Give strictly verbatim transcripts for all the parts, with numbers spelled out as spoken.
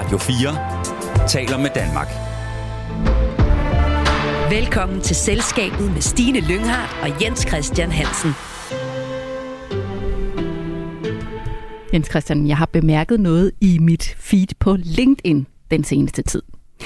Radio fire taler med Danmark. Velkommen til Selskabet med Stine Lynghardt og Jens Christian Hansen. Jens Christian, jeg har bemærket noget i mit feed på LinkedIn den seneste tid.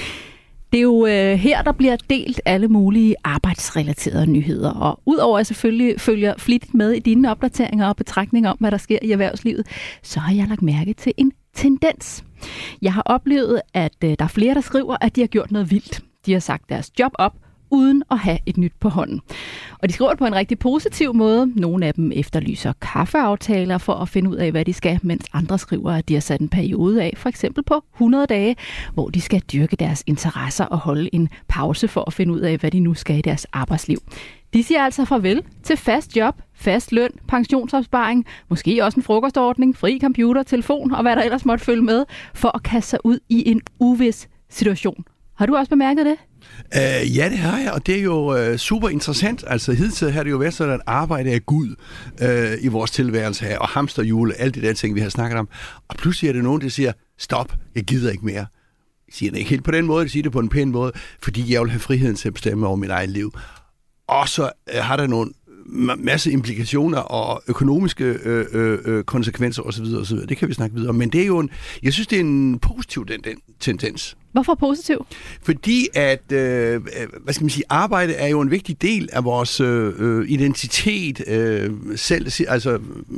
Det er jo øh, her, der bliver delt alle mulige arbejdsrelaterede nyheder, og udover at jeg selvfølgelig følger flittigt med i dine opdateringer og betragtninger om, hvad der sker i erhvervslivet, så har jeg lagt mærke til en tendens. Jeg har oplevet, at øh, der er flere, der skriver, at de har gjort noget vildt. De har sagt deres job op, uden at have et nyt på hånden. Og de skriver det på en rigtig positiv måde. Nogle af dem efterlyser kaffeaftaler for at finde ud af, hvad de skal, mens andre skriver, at de har sat en periode af, for eksempel på hundrede dage, hvor de skal dyrke deres interesser og holde en pause for at finde ud af, hvad de nu skal i deres arbejdsliv. De siger altså farvel til fast job, fast løn, pensionsopsparing, måske også en frokostordning, fri computer, telefon og hvad der ellers måtte følge med, for at kaste sig ud i en uvis situation. Har du også bemærket det? Uh, ja, det har jeg, og det er jo uh, super interessant. Altså hidtil har det jo været sådan, at arbejde er Gud uh, i vores tilværelse her, og hamsterhjul, alle de der ting, vi har snakket om. Og pludselig er det nogen, der siger, stop, jeg gider ikke mere. Jeg siger det ikke helt på den måde, jeg siger det på en pæn måde, fordi jeg vil have friheden til at bestemme over mit eget liv. Og så uh, har der nogle masse implikationer og økonomiske øh, øh, konsekvenser osv. osv. Det kan vi snakke videre om. Men det er jo en, jeg synes, det er en positiv den, den tendens. Hvorfor positiv? Fordi at, øh, hvad skal man sige, arbejde er jo en vigtig del af vores øh, identitet. Øh, selv, altså,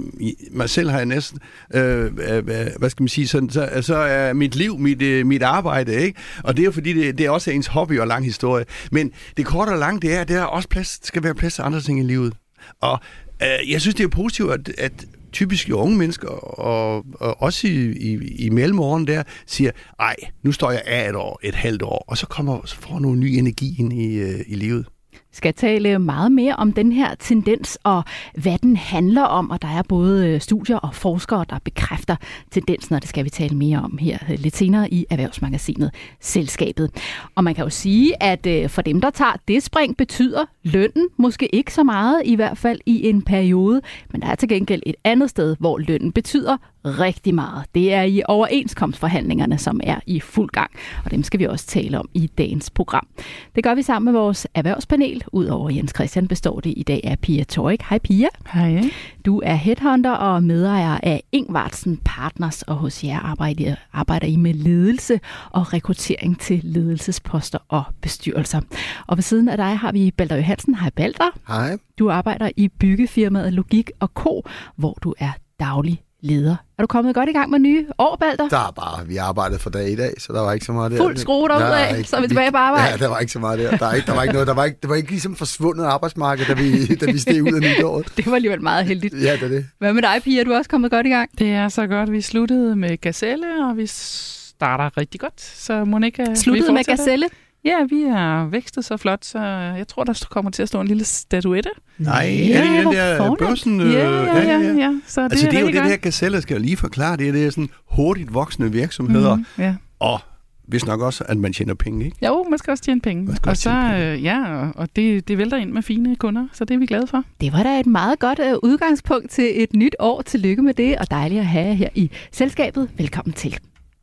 mig selv har jeg næsten, øh, hvad skal man sige, sådan, så, så er mit liv mit, mit arbejde, ikke? Og det er jo fordi, det, det er også ens hobby og lang historie. Men det korte og lange, det er, det er også plads, skal være plads til andre ting i livet. Og øh, jeg synes, det er positivt, at, at typisk jo unge mennesker, og, og også i, i, i mellemårene der, siger, ej, nu står jeg af et år, et halvt år, og så kommer så får noget ny energi ind i, øh, i livet. Vi skal tale meget mere om den her tendens og hvad den handler om, og der er både studier og forskere, der bekræfter tendensen, og det skal vi tale mere om her lidt senere i Erhvervsmagasinet Selskabet. Og man kan jo sige, at for dem, der tager det spring, betyder lønnen måske ikke så meget, i hvert fald i en periode, men der er til gengæld et andet sted, hvor lønnen betyder rigtig meget. Det er i overenskomstforhandlingerne, som er i fuld gang, og dem skal vi også tale om i dagens program. Det gør vi sammen med vores erhvervspanel. Udover Jens Christian består det i dag af Pia Tøjk. Hej Pia. Hej. Du er headhunter og medejer af Ingvartsen Partners, og hos jer arbejder, arbejder I med ledelse og rekruttering til ledelsesposter og bestyrelser. Og ved siden af dig har vi Balder Johansen. Hej Balder. Hej. Du arbejder i byggefirmaet Logik og Co, hvor du er daglig leder. Er du kommet godt i gang med nye år, Balder? Der er bare, vi arbejdede for dag i dag, så der var ikke så meget der. Fuld skrue derudad, så er vi tilbage på arbejde. Ja, der var ikke så meget der. Der, er ikke, der var ikke noget, der var ikke, det var ikke ligesom forsvundet arbejdsmarked, da vi, da vi steg ud af nytåret. Det var alligevel meget heldigt. Ja, det er det. Hvad med dig, Pia? Er du også kommet godt i gang? Det er så godt. Vi sluttede med Gazelle, og vi starter rigtig godt. Så Monika, sluttede med Gazelle? Ja, vi har vækstet så flot, så jeg tror, der kommer til at stå en lille statuette. Nej, ja, er det den der børsen? Ja, ja, ja. ja, ja. Så det altså, er det er jo det godt. her Gazelle, skal jeg lige forklare. Det er, det er sådan hurtigt voksende virksomheder. Mm, ja. Og hvis nok også, at man tjener penge, ikke? Jo, man skal også tjene penge. Og så, penge. ja, og det, det vælter ind med fine kunder, så det er vi glade for. Det var da et meget godt uh, udgangspunkt til et nyt år. Tillykke med det, og dejligt at have her i Selskabet. Velkommen til.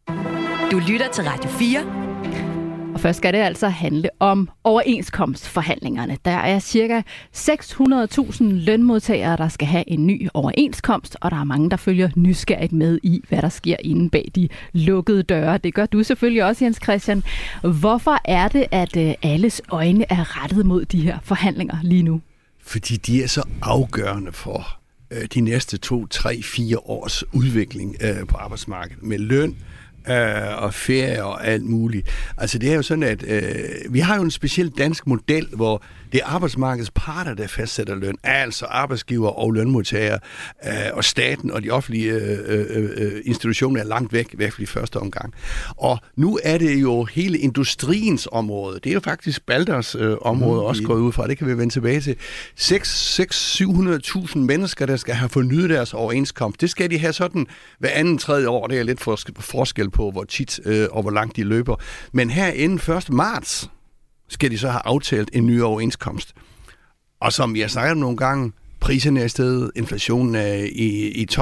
Du lytter til Radio fire. Og først skal det altså handle om overenskomstforhandlingerne. Der er cirka seks hundrede tusind lønmodtagere, der skal have en ny overenskomst, og der er mange, der følger nysgerrigt med i, hvad der sker inde bag de lukkede døre. Det gør du selvfølgelig også, Jens Christian. Hvorfor er det, at alles øjne er rettet mod de her forhandlinger lige nu? Fordi de er så afgørende for øh, de næste to, tre, fire års udvikling øh, på arbejdsmarkedet med løn, Øh, og ferie og alt muligt. Altså det er jo sådan, at øh, vi har jo en speciel dansk model, hvor det er arbejdsmarkedets parter, der fastsætter løn. Altså arbejdsgiver og lønmodtagere øh, og staten og de offentlige øh, øh, institutioner er langt væk, i hvert fald i første omgang. Og nu er det jo hele industriens område. Det er jo faktisk Balders øh, område mm, også gået ud fra. Det kan vi vende tilbage til. seks til syv hundrede tusind mennesker, der skal have fornyet deres overenskomst. Det skal de have sådan hver anden tredje år. Det er lidt forskel på, hvor tit øh, og hvor langt de løber. Men her inden første marts skal de så have aftalt en ny overenskomst. Og som jeg snakker om nogle gange, priserne er i stedet, inflationen er i, i top,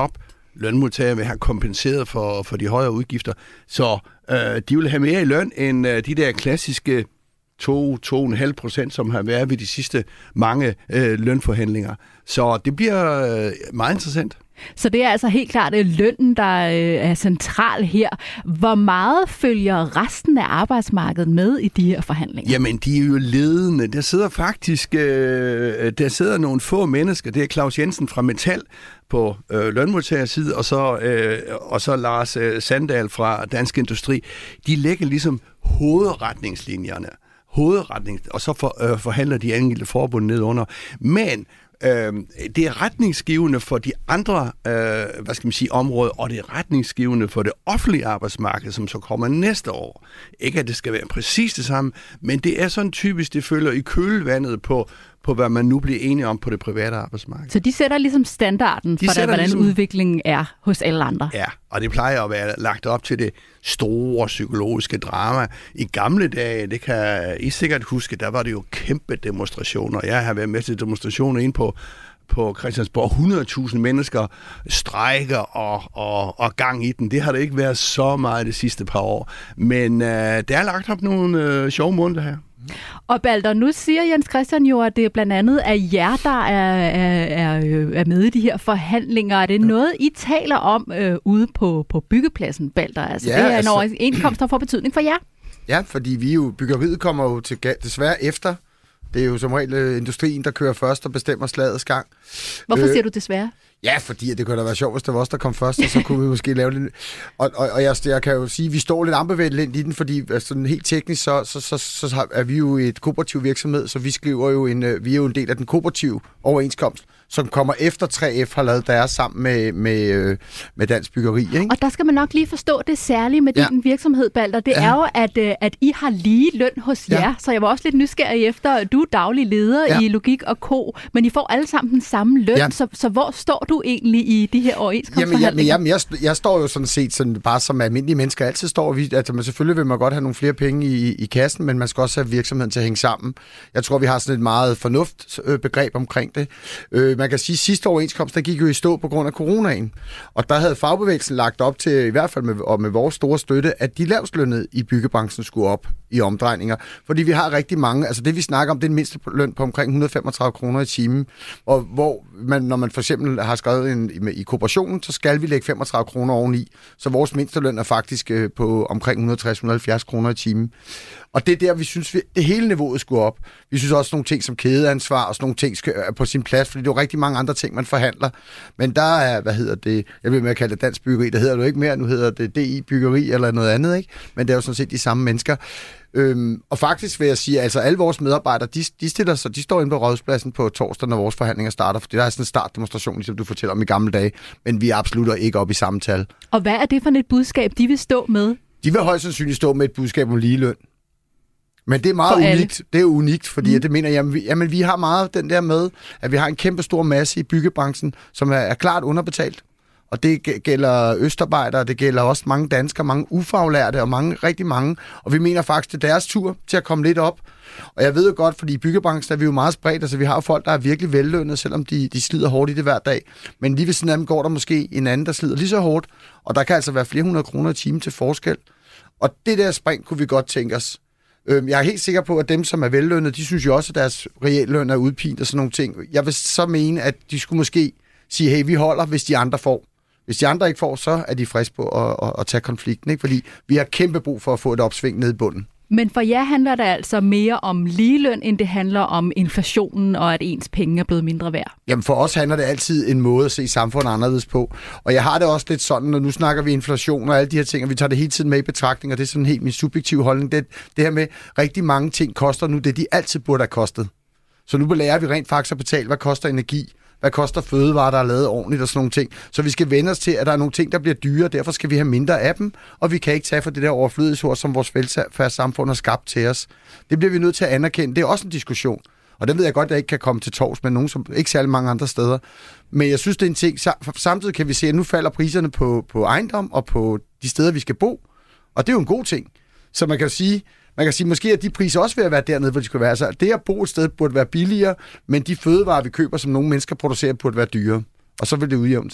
lønmodtagere vil have kompenseret for, for de højere udgifter. Så øh, de vil have mere i løn end øh, de der klassiske to til to komma fem procent, som har været ved de sidste mange øh, lønforhandlinger. Så det bliver øh, meget interessant. Så det er altså helt klart øh, lønnen, der øh, er central her. Hvor meget følger resten af arbejdsmarkedet med i de her forhandlinger? Jamen, de er jo ledende. Der sidder faktisk øh, der sidder nogle få mennesker. Det er Claus Jensen fra Metal på øh, lønmodtagerside, og så, øh, og så Lars øh, Sandahl fra Dansk Industri. De lægger ligesom hovedretningslinjerne. Hovedretning, og så for, øh, forhandler de enkelte forbund nedunder. Men øh, det er retningsgivende for de andre øh, hvad skal man sige, områder, og det er retningsgivende for det offentlige arbejdsmarked, som så kommer næste år. Ikke at det skal være præcis det samme, men det er sådan typisk, det følger i kølvandet på, på hvad man nu bliver enige om på det private arbejdsmarked. Så de sætter ligesom standarden de for, der, hvordan ligesom udviklingen er hos alle andre? Ja, og det plejer at være lagt op til det store psykologiske drama. I gamle dage, det kan I sikkert huske, der var det jo kæmpe demonstrationer. Jeg har været med til demonstrationer ind på på Christiansborg. hundrede tusind mennesker strejker og, og, og gang i den. Det har det ikke været så meget de sidste par år. Men øh, der er lagt op nogle øh, sjove måneder her. Og Balder, nu siger Jens Christian jo, at det blandt andet er jer, der er, er, er med i de her forhandlinger. Er det noget, I taler om øh, ude på, på byggepladsen, Balder? Altså, ja, det er en altså overenskomst, der får betydning for jer. Ja, fordi vi jo, byggeriet kommer jo til, desværre efter. Det er jo som regel øh, industrien, der kører først og bestemmer slagets gang. Hvorfor øh, siger du desværre? Ja, fordi det kunne da være sjovt, hvis det var os, der kom først, og så kunne vi måske lave det. Og, og, og jeg, jeg kan jo sige, at vi står lidt ambivalent i den, fordi sådan helt teknisk, så, så, så, så er vi jo et kooperativ virksomhed, så vi skriver jo en, vi er jo en del af den kooperative overenskomst, som kommer efter tre F har lavet deres sammen med, med, med Dansk Byggeri. Ikke? Og der skal man nok lige forstå det særlige med ja. din virksomhed, Balder. Det ja. er jo, at, at I har lige løn hos jer, ja. så jeg var også lidt nysgerrig efter, du er daglig leder ja. i Logik og Co., men I får alle sammen den samme løn, ja. så, så hvor står du egentlig i de her overenskomstforhandlinger? Jamen, jamen jeg, jeg står jo sådan set sådan, bare som almindelige mennesker altid står. Vi, altså, man, selvfølgelig vil man godt have nogle flere penge i, i kassen, men man skal også have virksomheden til at hænge sammen. Jeg tror, vi har sådan et meget fornuftbegreb omkring det. Øh, man kan sige, at sidste overenskomst, der gik jo i stå på grund af coronaen. Og der havde fagbevægelsen lagt op til, i hvert fald med, og med vores store støtte, at de lavestlønnede i byggebranchen skulle op i omdrejninger. Fordi vi har rigtig mange, altså det vi snakker om, det er en mindste løn på omkring et hundrede og femogtredive kroner i timen. Og hvor man, når man for eksempel har skrevet en, i, i kooperationen, så skal vi lægge femogtredive kroner oveni. Så vores mindste løn er faktisk øh, på omkring et hundrede og tres til et hundrede og halvfjerds kroner i timen. Og det er der, vi synes, vi, det hele niveauet skulle op. Vi synes også nogle ting som kædeansvar og sådan nogle ting skal er på sin plads, fordi det er jo rigtig mange andre ting, man forhandler. Men der er, hvad hedder det, jeg vil med at kalde det Dansk Byggeri, der hedder det jo ikke mere, nu hedder det D I Byggeri eller noget andet, ikke? Men det er jo sådan set de samme mennesker. Øhm, og faktisk vil jeg sige, altså alle vores medarbejdere, de, de stiller sig, de står inde på Rådhuspladsen på torsdag, når vores forhandlinger starter, fordi der er sådan en startdemonstration, ligesom du fortæller om i gamle dage, men vi er absolut ikke op i samme tal. Og hvad er det for et budskab, de vil stå med? De vil højst sandsynligt stå med et budskab om ligeløn. Men det er meget unikt. Det er unikt, fordi mm. det mener jeg, vi, jamen, vi har meget den der med, at vi har en kæmpe stor masse i byggebranchen, som er, er klart underbetalt. Og det gælder østarbejdere, det gælder også mange danskere, mange ufaglærte og mange, rigtig mange. Og vi mener faktisk, det er deres tur til at komme lidt op. Og jeg ved jo godt, fordi i byggebranchen er vi jo meget spredt, altså vi har jo folk, der er virkelig vellønnet, selvom de, de slider hårdt i det hver dag. Men lige ved siden af dem går der måske en anden, der slider lige så hårdt, og der kan altså være flere hundrede kroner i timen til forskel. Og det der spring kunne vi godt tænke os. Jeg er helt sikker på, at dem, som er vellønnet, de synes jo også, at deres realløn er udpint og sådan nogle ting. Jeg vil så mene, at de skulle måske sige, hey, vi holder, hvis de andre får. Hvis de andre ikke får, så er de friske på at, at, at tage konflikten, ikke? Fordi vi har kæmpe brug for at få et opsving ned i bunden. Men for jer handler det altså mere om ligeløn, end det handler om inflationen og at ens penge er blevet mindre værd? Jamen for os handler det altid en måde at se samfundet anderledes på. Og jeg har det også lidt sådan, når nu snakker vi inflation og alle de her ting, og vi tager det hele tiden med i betragtning, og det er sådan helt min subjektive holdning. Det, det her med, rigtig mange ting koster nu det, de altid burde have kostet. Så nu lærer vi rent faktisk at betale, hvad koster energi, hvad koster fødevarer, der er lavet ordentligt og sådan nogle ting. Så vi skal vende os til, at der er nogle ting, der bliver dyre, derfor skal vi have mindre af dem, og vi kan ikke tage for det der overflødighedsord, som vores velfærdssamfund har skabt til os. Det bliver vi nødt til at anerkende. Det er også en diskussion. Og den ved jeg godt, at jeg ikke kan komme til tors med nogen, som ikke særlig mange andre steder. Men jeg synes, det er en ting. Samtidig kan vi se, at nu falder priserne på, på ejendom og på de steder, vi skal bo. Og det er jo en god ting. Så man kan jo sige, Man kan sige, måske at de priser også ved at være dernede, hvor de skulle være. Altså, det at bo et sted burde være billigere, men de fødevarer, vi køber, som nogle mennesker producerer, burde være dyre. Og så vil det udjævne sig.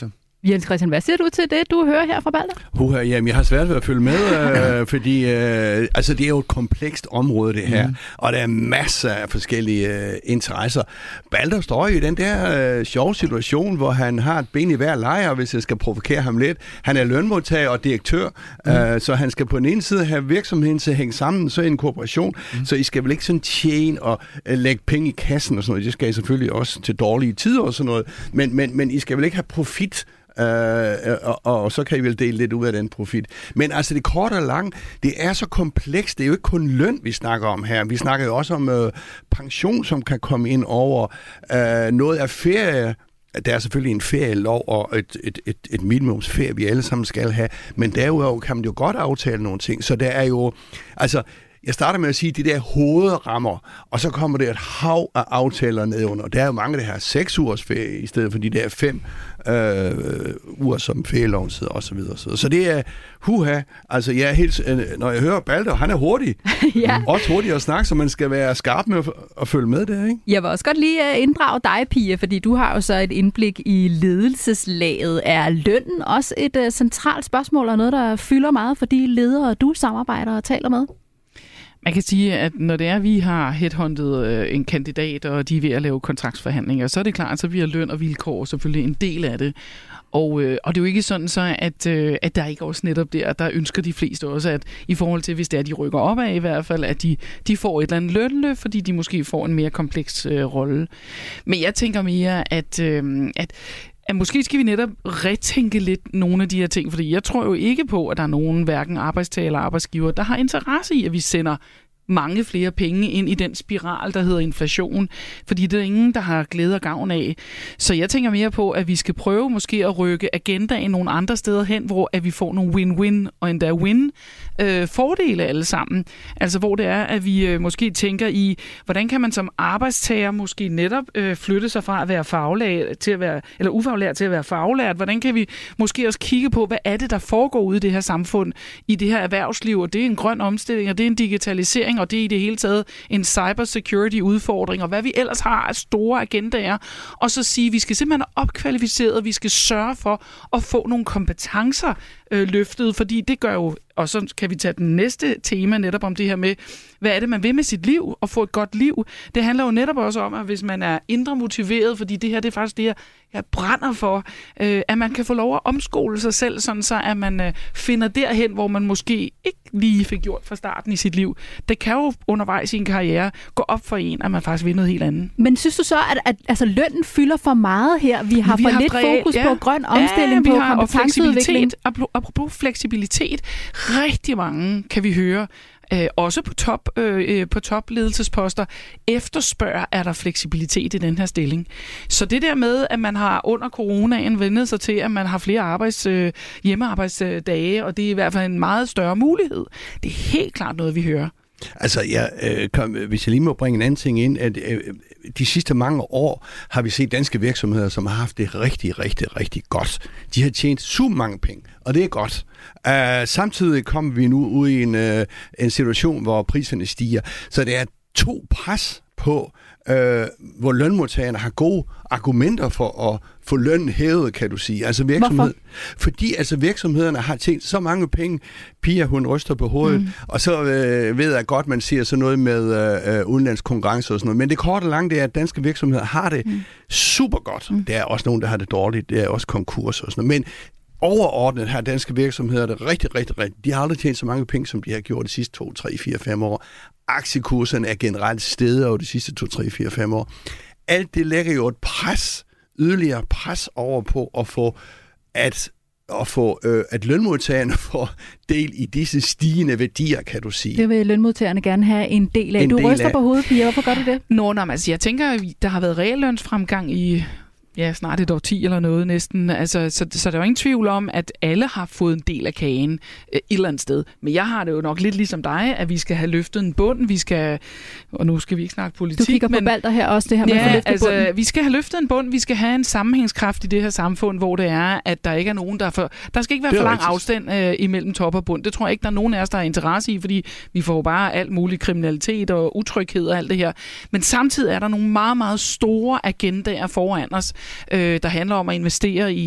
Jens Christian, hvad siger du til det, du hører her fra Balder? Uha, jamen, jeg har svært ved at følge med, øh, fordi øh, altså, det er jo et komplekst område, det her, mm. og der er masser af forskellige øh, interesser. Balder står jo i den der øh, sjove situation, hvor han har et ben i hver lejr, hvis jeg skal provokere ham lidt. Han er lønmodtager og direktør, mm. øh, så han skal på den ene side have virksomheden til at hænge sammen, så en korporation, mm. så I skal vel ikke sådan tjene og øh, lægge penge i kassen og sådan noget. Det skal I selvfølgelig også til dårlige tider og sådan noget, men, men, men I skal vel ikke have profit. Uh, og, og, og så kan I vel dele lidt ud af den profit. Men altså det korte og lange, det er så komplekst. Det er jo ikke kun løn, vi snakker om her. Vi snakker jo også om uh, pension, som kan komme ind over. Uh, noget af ferie. Der er selvfølgelig en ferielov og et, et, et, et minimumsferie, vi alle sammen skal have. Men derudover kan man jo godt aftale nogle ting. Så der er jo... altså jeg starter med at sige, de der hovedrammer, og så kommer det et hav af aftaler nedunder. Der er jo mange, der har seks ugers ferie, i stedet for de der fem øh, uger, som ferieloven sidder, og så videre. Så det er huha. Altså, jeg er helt, når jeg hører Balder, han er hurtig. Ja. Også hurtig at snakke, så man skal være skarp med at, at følge med der, ikke? Jeg vil også godt lige inddrage dig, Pia, fordi du har jo så et indblik i ledelseslaget. Er lønnen også et uh, centralt spørgsmål, og noget, der fylder meget for de ledere, du samarbejder og taler med? Man kan sige, at når det er, at vi har headhuntet øh, en kandidat, og de er ved at lave kontraktsforhandlinger, så er det klart, så bliver løn og vilkår selvfølgelig en del af det. Og, øh, og det er jo ikke sådan så, at, øh, at der ikke også netop der, der ønsker de fleste også, at i forhold til, hvis det er, de rykker op af i hvert fald, at de, de får et eller andet lønløft, fordi de måske får en mere kompleks øh, rolle. Men jeg tænker mere, at... Øh, at at måske skal vi netop retænke lidt nogle af de her ting, fordi jeg tror jo ikke på, at der er nogen, hverken arbejdstager eller arbejdsgiver, der har interesse i, at vi sender mange flere penge ind i den spiral, der hedder inflation, fordi det er ingen, der har glæde og gavn af. Så jeg tænker mere på, at vi skal prøve måske at rykke agendaen nogle andre steder hen, hvor at vi får nogle win-win og endda win øh, fordele alle sammen. Altså hvor det er, at vi øh, måske tænker i, hvordan kan man som arbejdstager måske netop øh, flytte sig fra at være faglært til at være, eller ufaglært til at være faglært. Hvordan kan vi måske også kigge på, hvad er det, der foregår ude i det her samfund, i det her erhvervsliv, og det er en grøn omstilling, og det er en digitalisering, og det er i det hele taget en cybersecurity-udfordring, og hvad vi ellers har af store agendaer, og så sige, at vi skal simpelthen have opkvalificeret, vi skal sørge for at få nogle kompetencer øh, løftet, fordi det gør jo, og så kan vi tage den næste tema netop om det her med, hvad er det, man vil med sit liv, og få et godt liv. Det handler jo netop også om, at hvis man er indre motiveret, fordi det her, det er faktisk det, jeg brænder for, øh, at man kan få lov at omskole sig selv, sådan så at man øh, finder derhen, hvor man måske ikke lige fik gjort fra starten i sit liv. Det kan jo undervejs i en karriere gå op for en, at man faktisk vil noget helt andet. Men synes du så, at, at altså, lønnen fylder for meget her? Vi har vi for har lidt bredt, fokus ja. på grøn omstilling, ja, på kompetenceudvikling. Apropos fleksibilitet, rigtig mange kan vi høre, Øh, også på, top, øh, på topledelsesposter, efterspørger, er der fleksibilitet i den her stilling. Så det der med, at man har under coronaen vendet sig til, at man har flere arbejds, øh, hjemmearbejdsdage, og det er i hvert fald en meget større mulighed. Det er helt klart noget, vi hører. Altså, ja, øh, kom, hvis jeg lige må bringe en anden ting ind, at øh, de sidste mange år har vi set danske virksomheder, som har haft det rigtig, rigtig, rigtig godt. De har tjent super mange penge, og det er godt. Uh, samtidig kommer vi nu ud i en, uh, en situation, hvor priserne stiger. Så det er to pres på, uh, hvor lønmodtagerne har gode argumenter for at få lønnen hævet, kan du sige. Altså virksomhed, fordi altså virksomhederne har tjent så mange penge. Pia, hun ryster på hovedet, mm. og så øh, ved jeg godt, man siger sådan noget med øh, udenlandsk konkurrence og sådan noget. Men det korte og lange, det er, at danske virksomheder har det mm. super godt. Mm. Der er også nogen, der har det dårligt. Det er også konkurs og sådan noget. Men overordnet har danske virksomheder det rigtig, rigtig, rigtig. De har aldrig tjent så mange penge, som de har gjort de sidste to, tre, fire, fem år. Aktiekurserne er generelt steget over de sidste to, tre, fire, fem år. Alt det lægger jo et pres, yderligere pres over på at få, at, at, få, øh, at lønmodtagerne får del i disse stigende værdier, kan du sige. Det vil lønmodtagerne gerne have en del af. En du del ryster af... på hovedet, Pia. Hvorfor gør du det? Nå, nej, altså, jeg tænker, der har været reallønsfremgang i... ja, snart et årti eller noget næsten. Altså, så, så der er jo ingen tvivl om, at alle har fået en del af kagen øh, et eller andet sted. Men jeg har det jo nok lidt ligesom dig, at vi skal have løftet en bund. Vi skal, og nu skal vi ikke snakke politik. Du kigger men, på Balder her også, det her med ja, at løfte altså, bunden. Vi skal have løftet en bund. Vi skal have en sammenhængskraft i det her samfund, hvor det er, at der ikke er nogen, der for... Der skal ikke være for lang rigtigt. afstand øh, imellem top og bund. Det tror jeg ikke, der er nogen af os, der har interesse i, fordi vi får bare alt mulig kriminalitet og utryghed og alt det her. Men samtidig er der nogle meget, meget store agendaer foran os, øh, der handler om at investere i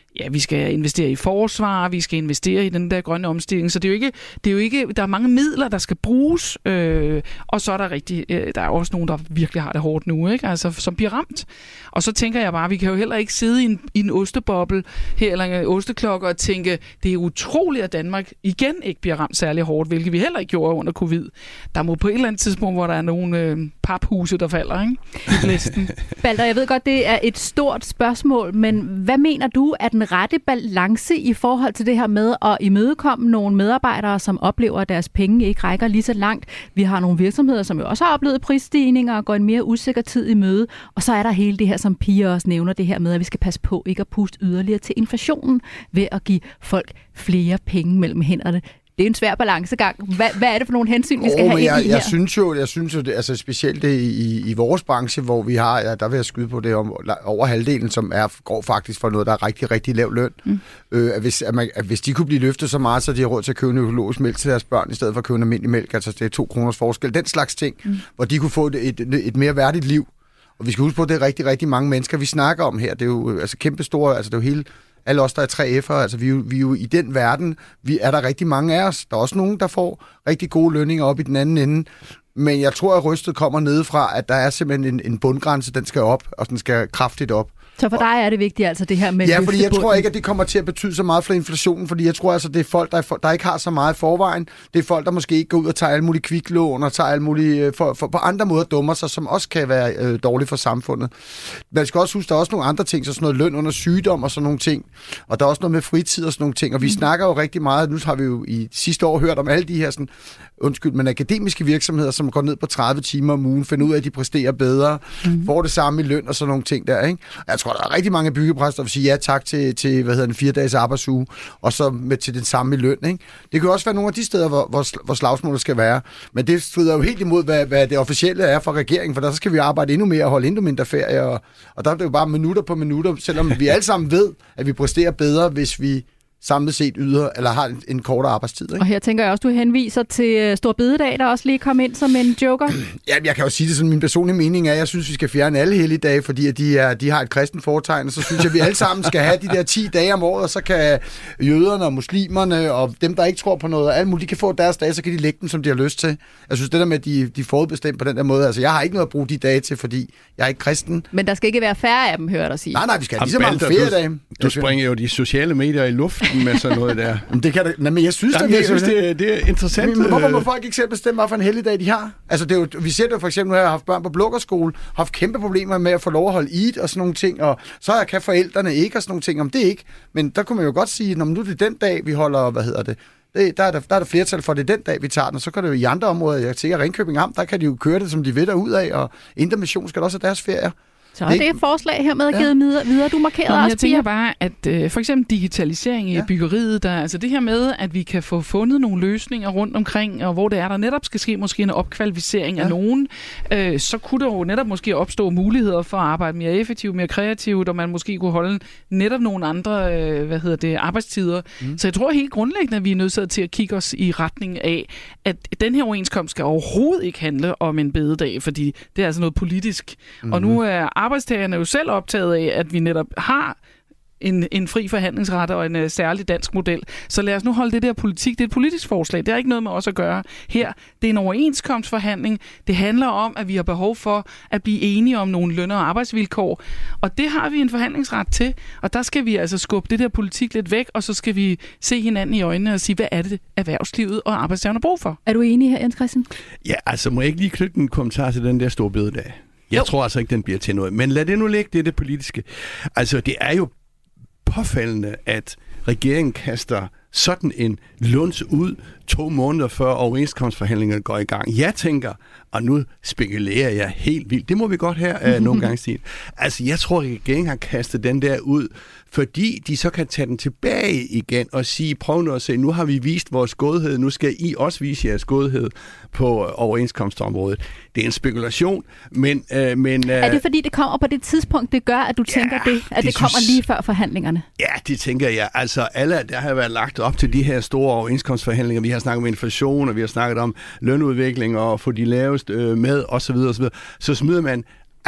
ja, vi skal investere i forsvar, vi skal investere i den der grønne omstilling, så det er jo ikke, det er jo ikke der er mange midler, der skal bruges, øh, og så er der rigtig, øh, der er også nogen, der virkelig har det hårdt nu, ikke? Altså, som bliver ramt. Og så tænker jeg bare, vi kan jo heller ikke sidde i en, i en osteboble her, eller en osteklokke, og tænke, det er utroligt, at Danmark igen ikke bliver ramt særlig hårdt, hvilket vi heller ikke gjorde under covid. Der må på et eller andet tidspunkt, hvor der er nogle øh, paphuse, der falder, ikke? I listen. Balder, jeg ved godt, det er et stort spørgsmål, men hvad mener du er den rette balance i forhold til det her med at imødekomme nogle medarbejdere, som oplever, at deres penge ikke rækker lige så langt? Vi har nogle virksomheder, som jo også har oplevet prisstigninger og går en mere usikker tid i møde, og så er der hele det her, som Pia også nævner, det her med, at vi skal passe på ikke at puste yderligere til inflationen ved at give folk flere penge mellem hænderne. Det er en svær balancegang. Hvad, hvad er det for nogle hensyn, vi skal oh, have jeg, ind i her? Jeg synes jo, jeg synes jo det, altså specielt det i, i vores branche, hvor vi har, ja, der vil jeg skyde på det om over halvdelen, som er, går faktisk for noget, der er rigtig, rigtig lav løn. Mm. Øh, at hvis, at man, at hvis de kunne blive løftet så meget, så de har råd til at købe en økologisk mælk til deres børn, i stedet for at købe en almindelig mælk, altså det er to kroners forskel, den slags ting, mm. hvor de kunne få et, et, et mere værdigt liv. Og vi skal huske på, at det er rigtig, rigtig mange mennesker, vi snakker om her. Det er jo altså kæmpe store, altså det er jo hele alle os, der er tre F'ere, altså vi er, jo, vi er jo i den verden, vi er der rigtig mange af os. Der er også nogen, der får rigtig gode lønninger op i den anden ende. Men jeg tror, at rystet kommer nedefra, at der er simpelthen en, en bundgrænse, den skal op, og den skal kraftigt op. Så for dig er det vigtigt, altså det her med ja, fordi jeg tror ikke, at det kommer til at betyde så meget for inflationen, fordi jeg tror altså, det er folk, der, der ikke har så meget i forvejen. Det er folk, der måske ikke går ud og tager alle mulige kviklån og tager alle mulige, for, for, på andre måder dummer sig, som også kan være øh, dårligt for samfundet. Man skal også huske, der er også nogle andre ting, så sådan noget løn under sygdom og sådan nogle ting. Og der er også noget med fritid og sådan nogle ting. Og vi mm. snakker jo rigtig meget, nu har vi jo i sidste år hørt om alle de her sådan, undskyld, men akademiske virksomheder, som går ned på tredive timer om ugen, finder ud af, at de præsterer bedre, mm. får det samme i løn og sådan nogle ting der, ikke? Jeg tror, der er rigtig mange byggepræster, der vil sige ja tak til, til hvad hedder den, fire dages arbejdsuge, og så med til den samme i løn, ikke? Det kan også være nogle af de steder, hvor, hvor, hvor slagsmålet skal være, men det strider jo helt imod, hvad, hvad det officielle er for regeringen, for der skal vi arbejde endnu mere og holde endnu mindre ferie, og, og der er det jo bare minutter på minutter, selvom vi alle sammen ved, at vi præsterer bedre, hvis vi samlet set yder, eller har en, en kortere arbejdstid. Ikke? Og her tænker jeg også, du henviser til Stor Bededag, der også lige kom ind som en joker. Ja, jeg kan jo sige det sådan, min personlige mening er, at jeg synes, vi skal fjerne alle helligdage, fordi at de, er, de har et kristent foretegn, og så synes jeg, at vi alle sammen skal have de der ti dage om året, og så kan jøderne og muslimerne, og dem, der ikke tror på noget, og alle mulige, de kan få deres dage, så kan de lægge dem, som de har lyst til. Jeg synes, det der med, at de, de er forudbestemt på den der måde, altså jeg har ikke noget at bruge de dage til, fordi jeg er ikke kristen. Men der skal ikke være færre af dem, hører jeg dig sige. Nej, nej, vi skal have lige så mange feriedage. Du, du springer jo de sociale medier i luften med sådan noget der. Det kan det, men jeg synes, Jamen, det, jeg synes det, det er interessant. Men hvorfor må folk ikke selv bestemme, hvad for en helligdag de har? Altså, det er jo, vi ser det jo for eksempel, nu har jeg haft børn på blukkerskole, har haft kæmpe problemer med at få lov at holde Eid og sådan nogle ting, og så kan forældrene ikke og sådan nogle ting, om det ikke. Men der kunne man jo godt sige, når nu er det den dag, vi holder, hvad hedder det, det der, er der, der er der flertal for, det den dag, vi tager den, og så kan det jo i andre områder, jeg tænker Ringkøbing Amt, der kan de jo køre det, som de vil derudad, og Indre Mission skal også have deres ferier. Så det er et forslag hermed ja. givet videre. Du markerede også, jeg tænker bare, at øh, for eksempel digitalisering i ja. byggeriet, der, altså det her med, at vi kan få fundet nogle løsninger rundt omkring, og hvor det er, der netop skal ske måske en opkvalificering ja. af nogen, øh, så kunne der jo netop måske opstå muligheder for at arbejde mere effektivt, mere kreativt, og man måske kunne holde netop nogle andre øh, hvad hedder det, arbejdstider. Mm. Så jeg tror helt grundlæggende, at vi er nødt til at kigge os i retning af, at den her overenskomst skal overhovedet ikke handle om en bededag, fordi det er altså noget politisk. Mm. Og nu er arbejdstagerne er jo selv optaget af, at vi netop har en, en fri forhandlingsret og en uh, særlig dansk model. Så lad os nu holde det der politik. Det er et politisk forslag. Det har ikke noget med os at gøre her. Det er en overenskomstforhandling. Det handler om, at vi har behov for at blive enige om nogle løn- og arbejdsvilkår. Og det har vi en forhandlingsret til. Og der skal vi altså skubbe det der politik lidt væk, og så skal vi se hinanden i øjnene og sige, hvad er det, erhvervslivet og arbejdsgiverne har brug for? Er du enig her, Jens Christian? Ja, altså må jeg ikke lige knytte en kommentar til den der Store Bededag? Jeg jo. tror altså ikke, den bliver til noget. Men lad det nu ligge, det er det politiske. Altså, det er jo påfaldende, at regeringen kaster sådan en luns ud to måneder før overenskomstforhandlingerne går i gang. Jeg tænker, og nu spekulerer jeg helt vildt, det må vi godt her uh, nogle gange sige. Altså, jeg tror, at regeringen har kastet den der ud, fordi de så kan tage den tilbage igen og sige, prøv nu at se, nu har vi vist vores godhed, nu skal I også vise jeres godhed på overenskomstområdet. Det er en spekulation, men... Uh, men uh, er det fordi, det kommer på det tidspunkt, det gør, at du ja, tænker det, at det, det kommer synes, lige før forhandlingerne? Ja, det tænker jeg. Altså, alle, der har været lagt op til de her store overenskomstforhandlinger. Vi har snakket om inflation, og vi har snakket om lønudvikling og få de lavest øh, med, osv. osv. Så smider man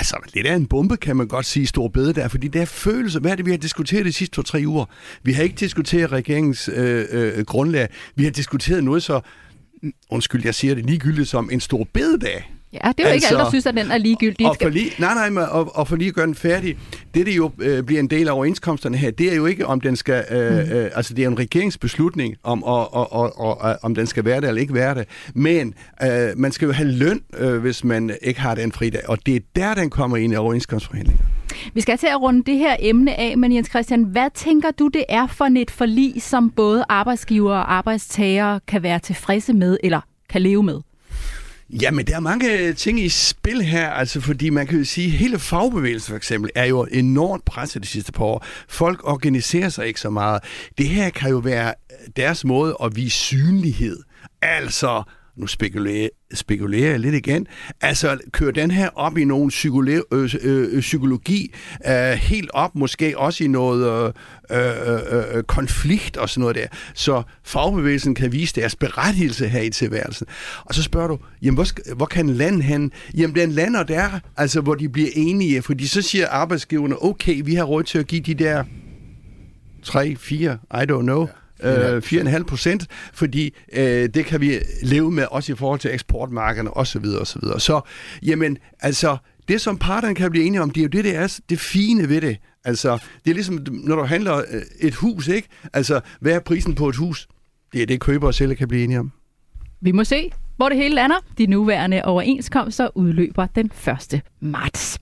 altså lidt af en bombe, kan man godt sige, stor bede der, fordi det er følelser. Hvad er det, vi har diskuteret de sidste to-tre uger? Vi har ikke diskuteret regeringens øh, øh, grundlag. Vi har diskuteret noget så, undskyld, jeg siger det ligegyldigt, som en stor bededag. Ja, det er jo altså, ikke alle, der synes, at den er ligegyldig. Og for lige, nej, nej, og, og for lige at gøre den færdig, det, det jo øh, bliver en del af overenskomsterne her, det er jo ikke, om den skal, øh, mm. øh, altså det er en regeringsbeslutning, om, og, og, og, og, om den skal være det eller ikke være det. Men øh, man skal jo have løn, øh, hvis man ikke har den fridag, og det er der, den kommer ind i overenskomstforhandlinger. Vi skal til at runde det her emne af, men Jens Christian, hvad tænker du, det er for et forlig, som både arbejdsgiver og arbejdstagere kan være tilfredse med, eller kan leve med? Jamen, der er mange ting i spil her, altså fordi man kan jo sige, at hele fagbevægelsen for eksempel er jo enormt presset de sidste par år. Folk organiserer sig ikke så meget. Det her kan jo være deres måde at vise synlighed. Altså, nu spekulerer, spekulerer jeg lidt igen, altså kører den her op i nogle psykolo- øh, øh, psykologi, øh, helt op måske også i noget øh, øh, øh, konflikt og sådan noget der, så fagbevægelsen kan vise deres berettigelse her i tilværelsen. Og så spørger du, jamen hvor, hvor kan land hen? Jamen den lander der, altså hvor de bliver enige, fordi så siger arbejdsgiverne, okay, vi har råd til at give de der tre, fire, I don't know, Øh, fire komma fem procent, fordi øh, det kan vi leve med også i forhold til eksportmarkederne osv. osv. Så, jamen, altså, det som parterne kan blive enige om, det er jo det, det er det fine ved det. Altså, det er ligesom, når du handler et hus, ikke? Altså, hvad er prisen på et hus? Det er det, køber og sælger kan blive enige om. Vi må se, hvor det hele lander. De nuværende overenskomster udløber den første marts.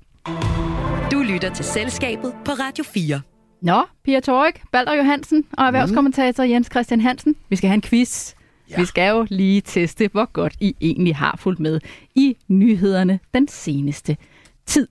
Du lytter til Selskabet på Radio fire. Nå, Pia Torek, Balder Johansen og erhvervskommentator Jens Christian Hansen. Vi skal have en quiz. Ja. Vi skal jo lige teste, hvor godt I egentlig har fulgt med i nyhederne den seneste tid.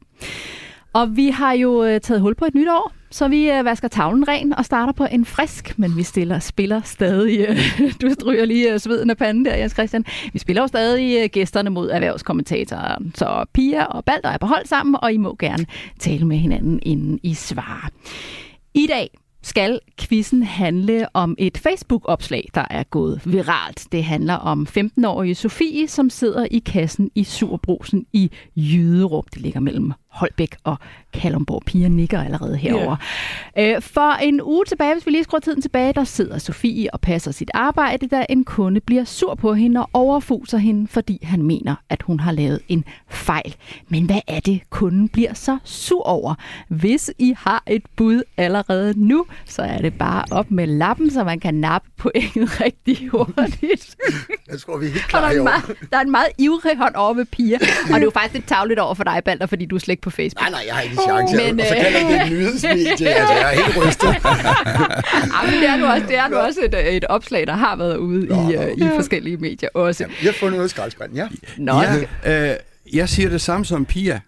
Og vi har jo taget hul på et nyt år, så vi vasker tavlen ren og starter på en frisk, men vi stiller, spiller stadig, du stryger lige sveden af panden der, Jens Christian. Vi spiller jo stadig gæsterne mod erhvervskommentatoren. Så Pia og Balder er på hold sammen, og I må gerne tale med hinanden, inden I svarer. I dag skal quizzen handle om et Facebook-opslag, der er gået viralt. Det handler om femten-årige Sofie, som sidder i kassen i Surbrugsen i Jyderup. Det ligger mellem Holbæk og Kalundborg. Pia nikker allerede herover. Yeah. For en uge tilbage, hvis vi lige skruer tiden tilbage, der sidder Sofie og passer sit arbejde, da en kunde bliver sur på hende og overfuser hende, fordi han mener, at hun har lavet en fejl. Men hvad er det, kunden bliver så sur over? Hvis I har et bud allerede nu, så er det bare op med lappen, så man kan nappe pointet rigtig hurtigt. Jeg tror, vi er helt klar der, er i år. meget, der er en meget ivrig hånd over ved Pia, og det er jo faktisk lidt tarveligt over for dig, Balder, fordi du er slet ikke på Facebook. Nej, nej, jeg har ikke en chance. Men, Men, og så kalder det et nyhedsmedie. Altså, jeg er helt rystet. Ja, men det er nu også, det er nu også et, et opslag, der har været ude Nå, i, uh, i forskellige medier også. Ja, jeg har fundet noget i skraldespanden, ja. Nå, ja øh, jeg siger det samme som Pia.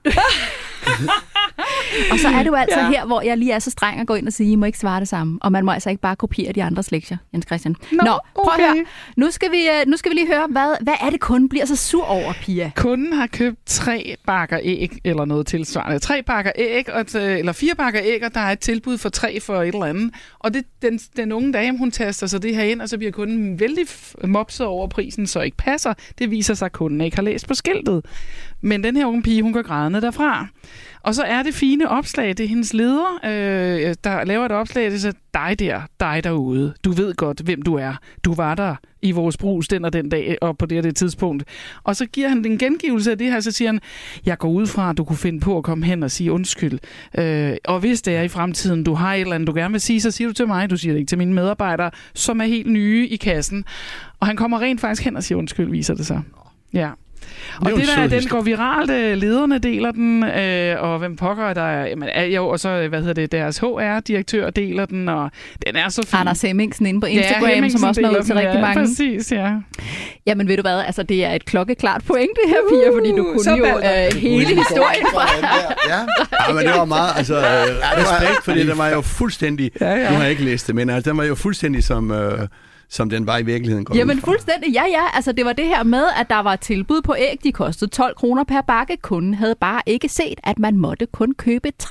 Og så er det jo altså ja. her, hvor jeg lige er så streng at gå ind og sige, at I må ikke svare det samme. Og man må altså ikke bare kopiere de andres lektier, Jens Christian. Nå, Nå prøv okay. at høre. Nu skal, vi, nu skal vi lige høre, hvad, hvad er det, kunden bliver så sur over, Pia? Kunden har købt tre bakker æg, eller noget tilsvarende. Tre bakker æg, og t- eller fire bakker æg, og der er et tilbud for tre for et eller andet. Og det, den, den unge dame, hun taster så det her ind, og så bliver kunden vældig mopset over prisen, så ikke passer. Det viser sig, at kunden ikke har læst på skiltet. Men den her unge pige, hun går grædende derfra. Og så er det fine opslag, det er hendes leder, øh, der laver et opslag, det er så dig der, dig derude. Du ved godt, hvem du er. Du var der i vores brugs den og den dag, og på det og det tidspunkt. Og så giver han en gengivelse af det her, så siger han, jeg går ud fra, at du kunne finde på at komme hen og sige undskyld. Øh, og hvis det er i fremtiden, du har et eller andet, du gerne vil sige, så siger du til mig, du siger det ikke til mine medarbejdere, som er helt nye i kassen. Og han kommer rent faktisk hen og siger undskyld, viser det sig. Ja. Og det, det der, den går viralt, lederne deler den, øh, og hvem pokker der er, jamen, er jo, og så, hvad hedder det, deres H R-direktør deler den, og den er så fin. Anders Hemmingsen inde på Instagram, ja, som også når ud til rigtig ja, mange. Præcis, ja. Jamen ved du hvad, altså det er et klokkeklart point det her, Pia, fordi du kunne jo øh, hele historien fra. Ja. Ja, men det var meget, altså øh, respekt, fordi den var jo fuldstændig, ja, ja. Nu har jeg ikke læst det, men altså, den var jo fuldstændig som... Øh, som den var i virkeligheden. Jamen fuldstændig, ja ja. Altså det var det her med, at der var tilbud på æg, de kostede tolv kroner per bakke. Kunden havde bare ikke set, at man måtte kun købe tre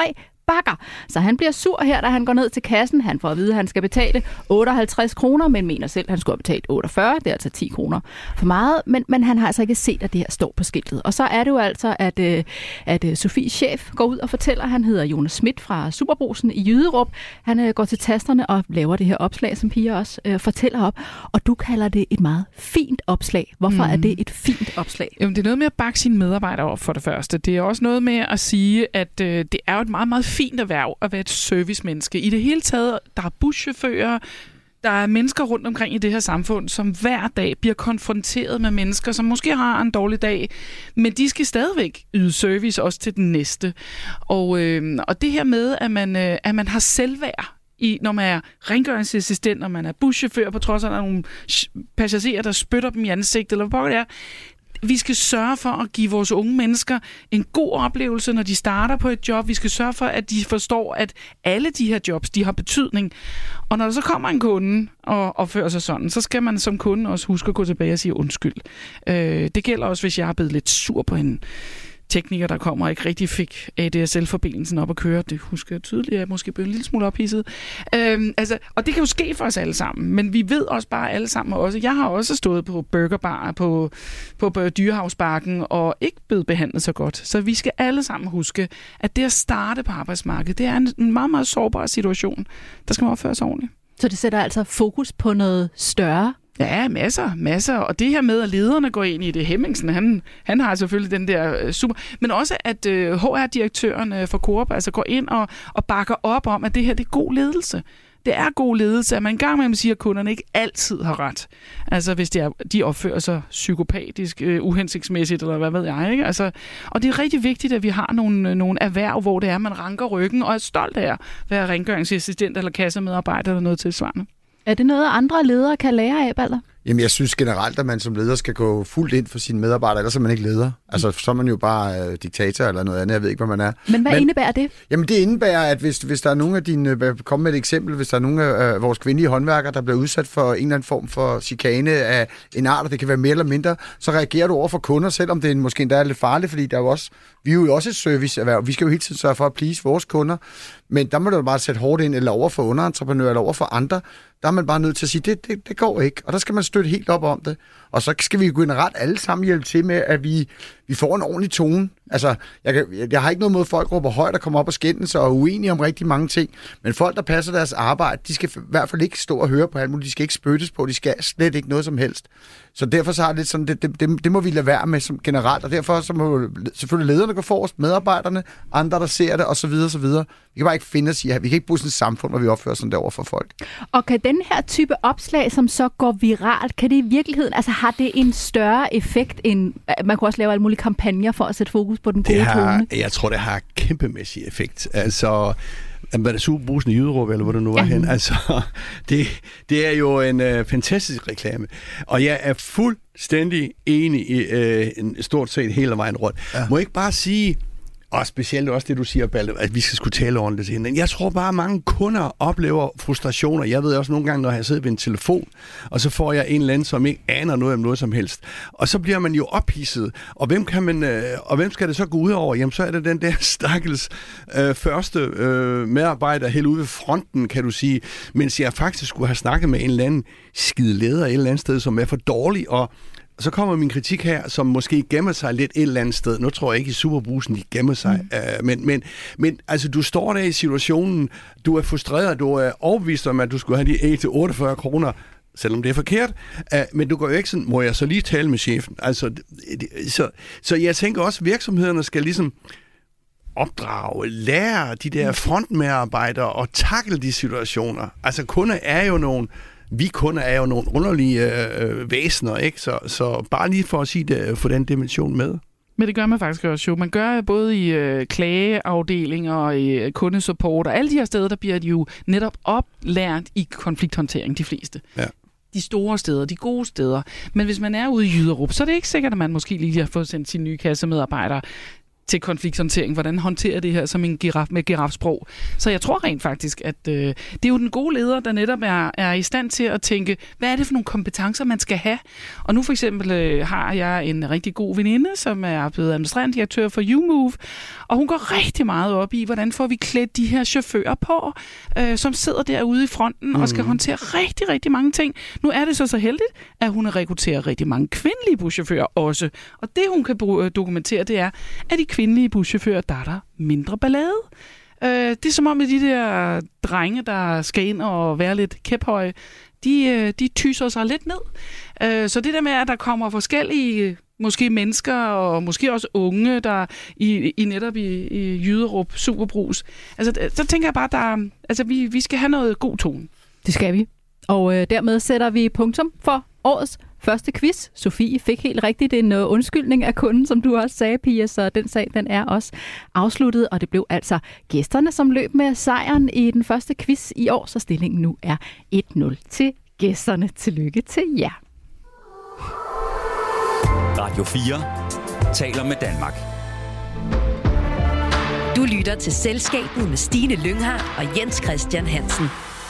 bakker. Så han bliver sur her, da han går ned til kassen. Han får at vide, at han skal betale otteoghalvtreds kroner, men mener selv, at han skulle have betalt otteogfyrre. Det er altså ti kroner for meget, men, men han har altså ikke set, at det her står på skiltet. Og så er det jo altså, at, øh, at øh, Sofies chef går ud og fortæller, han hedder Jonas Schmidt fra Superbrugsen i Jyderup. Han øh, går til tasterne og laver det her opslag, som Pia også øh, fortæller op. Og du kalder det et meget fint opslag. Hvorfor mm. er det et fint opslag? Jamen, det er noget med at bakke sine medarbejdere op for det første. Det er også noget med at sige, at øh, det er jo et meget, meget fint erhverv at være et servicemenneske. I det hele taget, der er buschauffører, der er mennesker rundt omkring i det her samfund, som hver dag bliver konfronteret med mennesker, som måske har en dårlig dag, men de skal stadigvæk yde service også til den næste. Og, øh, og det her med, at man, øh, at man har selvværd, i, når man er rengøringsassistent, når man er buschauffør, på trods af, at der er nogle passagerer, der spytter dem i ansigtet, eller hvad det er. Vi skal sørge for at give vores unge mennesker en god oplevelse, når de starter på et job. Vi skal sørge for, at de forstår, at alle de her jobs, de har betydning. Og når der så kommer en kunde og opfører sig sådan, så skal man som kunde også huske at gå tilbage og sige undskyld. Øh, det gælder også, hvis jeg er blevet lidt sur på en tekniker, der kommer og ikke rigtig fik A D S L-forbindelsen op at køre. Det husker jeg tydeligt, at jeg måske blev en lille smule ophidset. Øhm, altså, og det kan jo ske for os alle sammen, men vi ved også bare alle sammen også. Jeg har også stået på burgerbar på, på, på Dyrehavsbakken og ikke blevet behandlet så godt. Så vi skal alle sammen huske, at det at starte på arbejdsmarkedet, det er en, en meget, meget sårbar situation. Der skal man opføre sig ordentligt. Så det sætter altså fokus på noget større? Ja, masser, masser. Og det her med, at lederne går ind i det. Hemmingsen, han, han har selvfølgelig den der uh, super... Men også, at uh, H R-direktøren uh, for Coop altså går ind og, og bakker op om, at det her det er god ledelse. Det er god ledelse, at man engang med dem siger, at kunderne ikke altid har ret. Altså, hvis de, er, de opfører sig psykopatisk, uh, uhensigtsmæssigt, eller hvad ved jeg, ikke? Altså, og det er rigtig vigtigt, at vi har nogle, nogle erhverv, hvor det er, man ranker ryggen og er stolt af at være rengøringsassistent eller kassemedarbejder eller noget tilsvarende. Er det noget, andre ledere kan lære af, Balder? Jamen, jeg synes generelt, at man som leder skal gå fuldt ind for sine medarbejdere, ellers er man ikke leder. Altså, så er man jo bare øh, diktator eller noget andet, jeg ved ikke, hvad man er. Men hvad Men, indebærer det? Jamen, det indebærer, at hvis, hvis der er nogle af dine... Kom med et eksempel. Hvis der er nogle af øh, vores kvindelige håndværkere, der bliver udsat for en eller anden form for chikane af en art, og det kan være mere eller mindre, så reagerer du over for kunder, selvom det er måske endda er lidt farligt, fordi der er jo også... Vi er jo også et serviceerhverv. Vi skal jo hele tiden sørge for at please vores kunder. Men der må du bare sætte hårdt ind, eller over for underentreprenører, eller over for andre. Der er man bare nødt til at sige, det, det, det går ikke. Og der skal man støtte helt op om det. Og så skal vi jo generelt alle sammen hjælpe til med, at vi, vi får en ordentlig tone. Altså, jeg, kan, jeg har ikke noget mod, at folk råber højt og kommer op og skændes og er uenige om rigtig mange ting. Men folk, der passer deres arbejde, de skal i hvert fald ikke stå og høre på alt muligt. De skal ikke spyttes på. De skal slet ikke noget som helst. Så derfor så har det lidt sådan, det, det, det, det må vi lade være med som generelt. Og derfor så må selvfølgelig lederne gå forrest, medarbejderne, andre, der ser det, osv. osv. Vi kan bare ikke finde os i, at vi kan ikke bruge sådan et samfund, hvor vi opfører sådan derovre for folk. Og kan den her type opslag, som så går viralt, kan det i virkeligheden, altså har det en større effekt end, man kunne også lave alle mulige kampagner for at sætte fokus på den gode det har, tone? Jeg tror, det har kæmpemæssig effekt. Altså, var det Superbrugsen i Jyderup, eller hvor det nu var ja. hen? Altså, det, det er jo en øh, fantastisk reklame. Og jeg er fuldstændig enig i øh, en stort set hele vejen rundt. Ja. Må jeg ikke bare sige, og specielt også det, du siger, Balde, at vi skal skulle tale ordentligt til hinanden. Jeg tror bare, at mange kunder oplever frustrationer. Jeg ved også nogle gange, når jeg sidder ved en telefon, og så får jeg en eller anden, som ikke aner noget om noget som helst. Og så bliver man jo ophidset. Og hvem, kan man, øh, og hvem skal det så gå ud over? Jamen, så er det den der stakkels øh, første øh, medarbejder helt ude ved fronten, kan du sige, mens jeg faktisk skulle have snakket med en eller anden skide leder et eller andet sted, som er for dårlig, og så kommer min kritik her, som måske gemmer sig lidt et eller andet sted. Nu tror jeg ikke i Superbrugsen, de gemmer sig. Mm. Uh, men, men, men altså, du står der i situationen, du er frustreret, du er overbevist om, at du skulle have de til otteogfyrre kroner, selvom det er forkert. Uh, men du går jo ikke sådan, må jeg så lige tale med chefen? Altså, det, så, så jeg tænker også, at virksomhederne skal ligesom opdrage, lære de der frontmedarbejdere og takle de situationer. Altså, kunder er jo nogle... Vi kunder er jo nogle underlige øh, væsener, ikke? Så, så bare lige for at sige det, få den dimension med. Men det gør man faktisk også jo. Man gør både i øh, klageafdelinger og i øh, kundesupport, og alle de her steder, der bliver de jo netop oplært i konflikthåndtering, de fleste. Ja. De store steder, de gode steder. Men hvis man er ude i Jyderup, så er det ikke sikkert, at man måske lige har fået sendt sine nye kassemedarbejdere til konflikthåndtering. Hvordan håndterer det her som en giraf med girafsprog? Så jeg tror rent faktisk, at øh, det er jo den gode leder, der netop er, er i stand til at tænke, hvad er det for nogle kompetencer, man skal have? Og nu for eksempel øh, har jeg en rigtig god veninde, som er blevet administrerende direktør for YouMove, og hun går rigtig meget op i, hvordan får vi klædt de her chauffører på, øh, som sidder derude i fronten mm-hmm. og skal håndtere rigtig, rigtig mange ting. Nu er det så så heldigt, at hun har rekrutteret rigtig mange kvindelige buschauffører også. Og det, hun kan dokumentere, det er, at de kvindelige buschauffører, der er der mindre ballade. Øh, det er som om, at de der drenge, der skal ind og være lidt kæphøje, de, de tyser sig lidt ned. Øh, så det der med, at der kommer forskellige måske mennesker, og måske også unge, der i, i netop i, i Jyderup Superbrus. Altså, så tænker jeg bare, der, altså, vi, vi skal have noget god tone. Det skal vi. Og øh, dermed sætter vi punktum for årets første quiz. Sofie fik helt rigtigt en uh, undskyldning af kunden, som du også sagde, Pia, så den sag, den er også afsluttet, og det blev altså gæsterne, som løb med sejren i den første quiz i år, så stillingen nu er et nul til gæsterne. Tillykke til jer. Radio fire taler med Danmark. Du lytter til Selskabet med Stine Lynghardt og Jens Christian Hansen.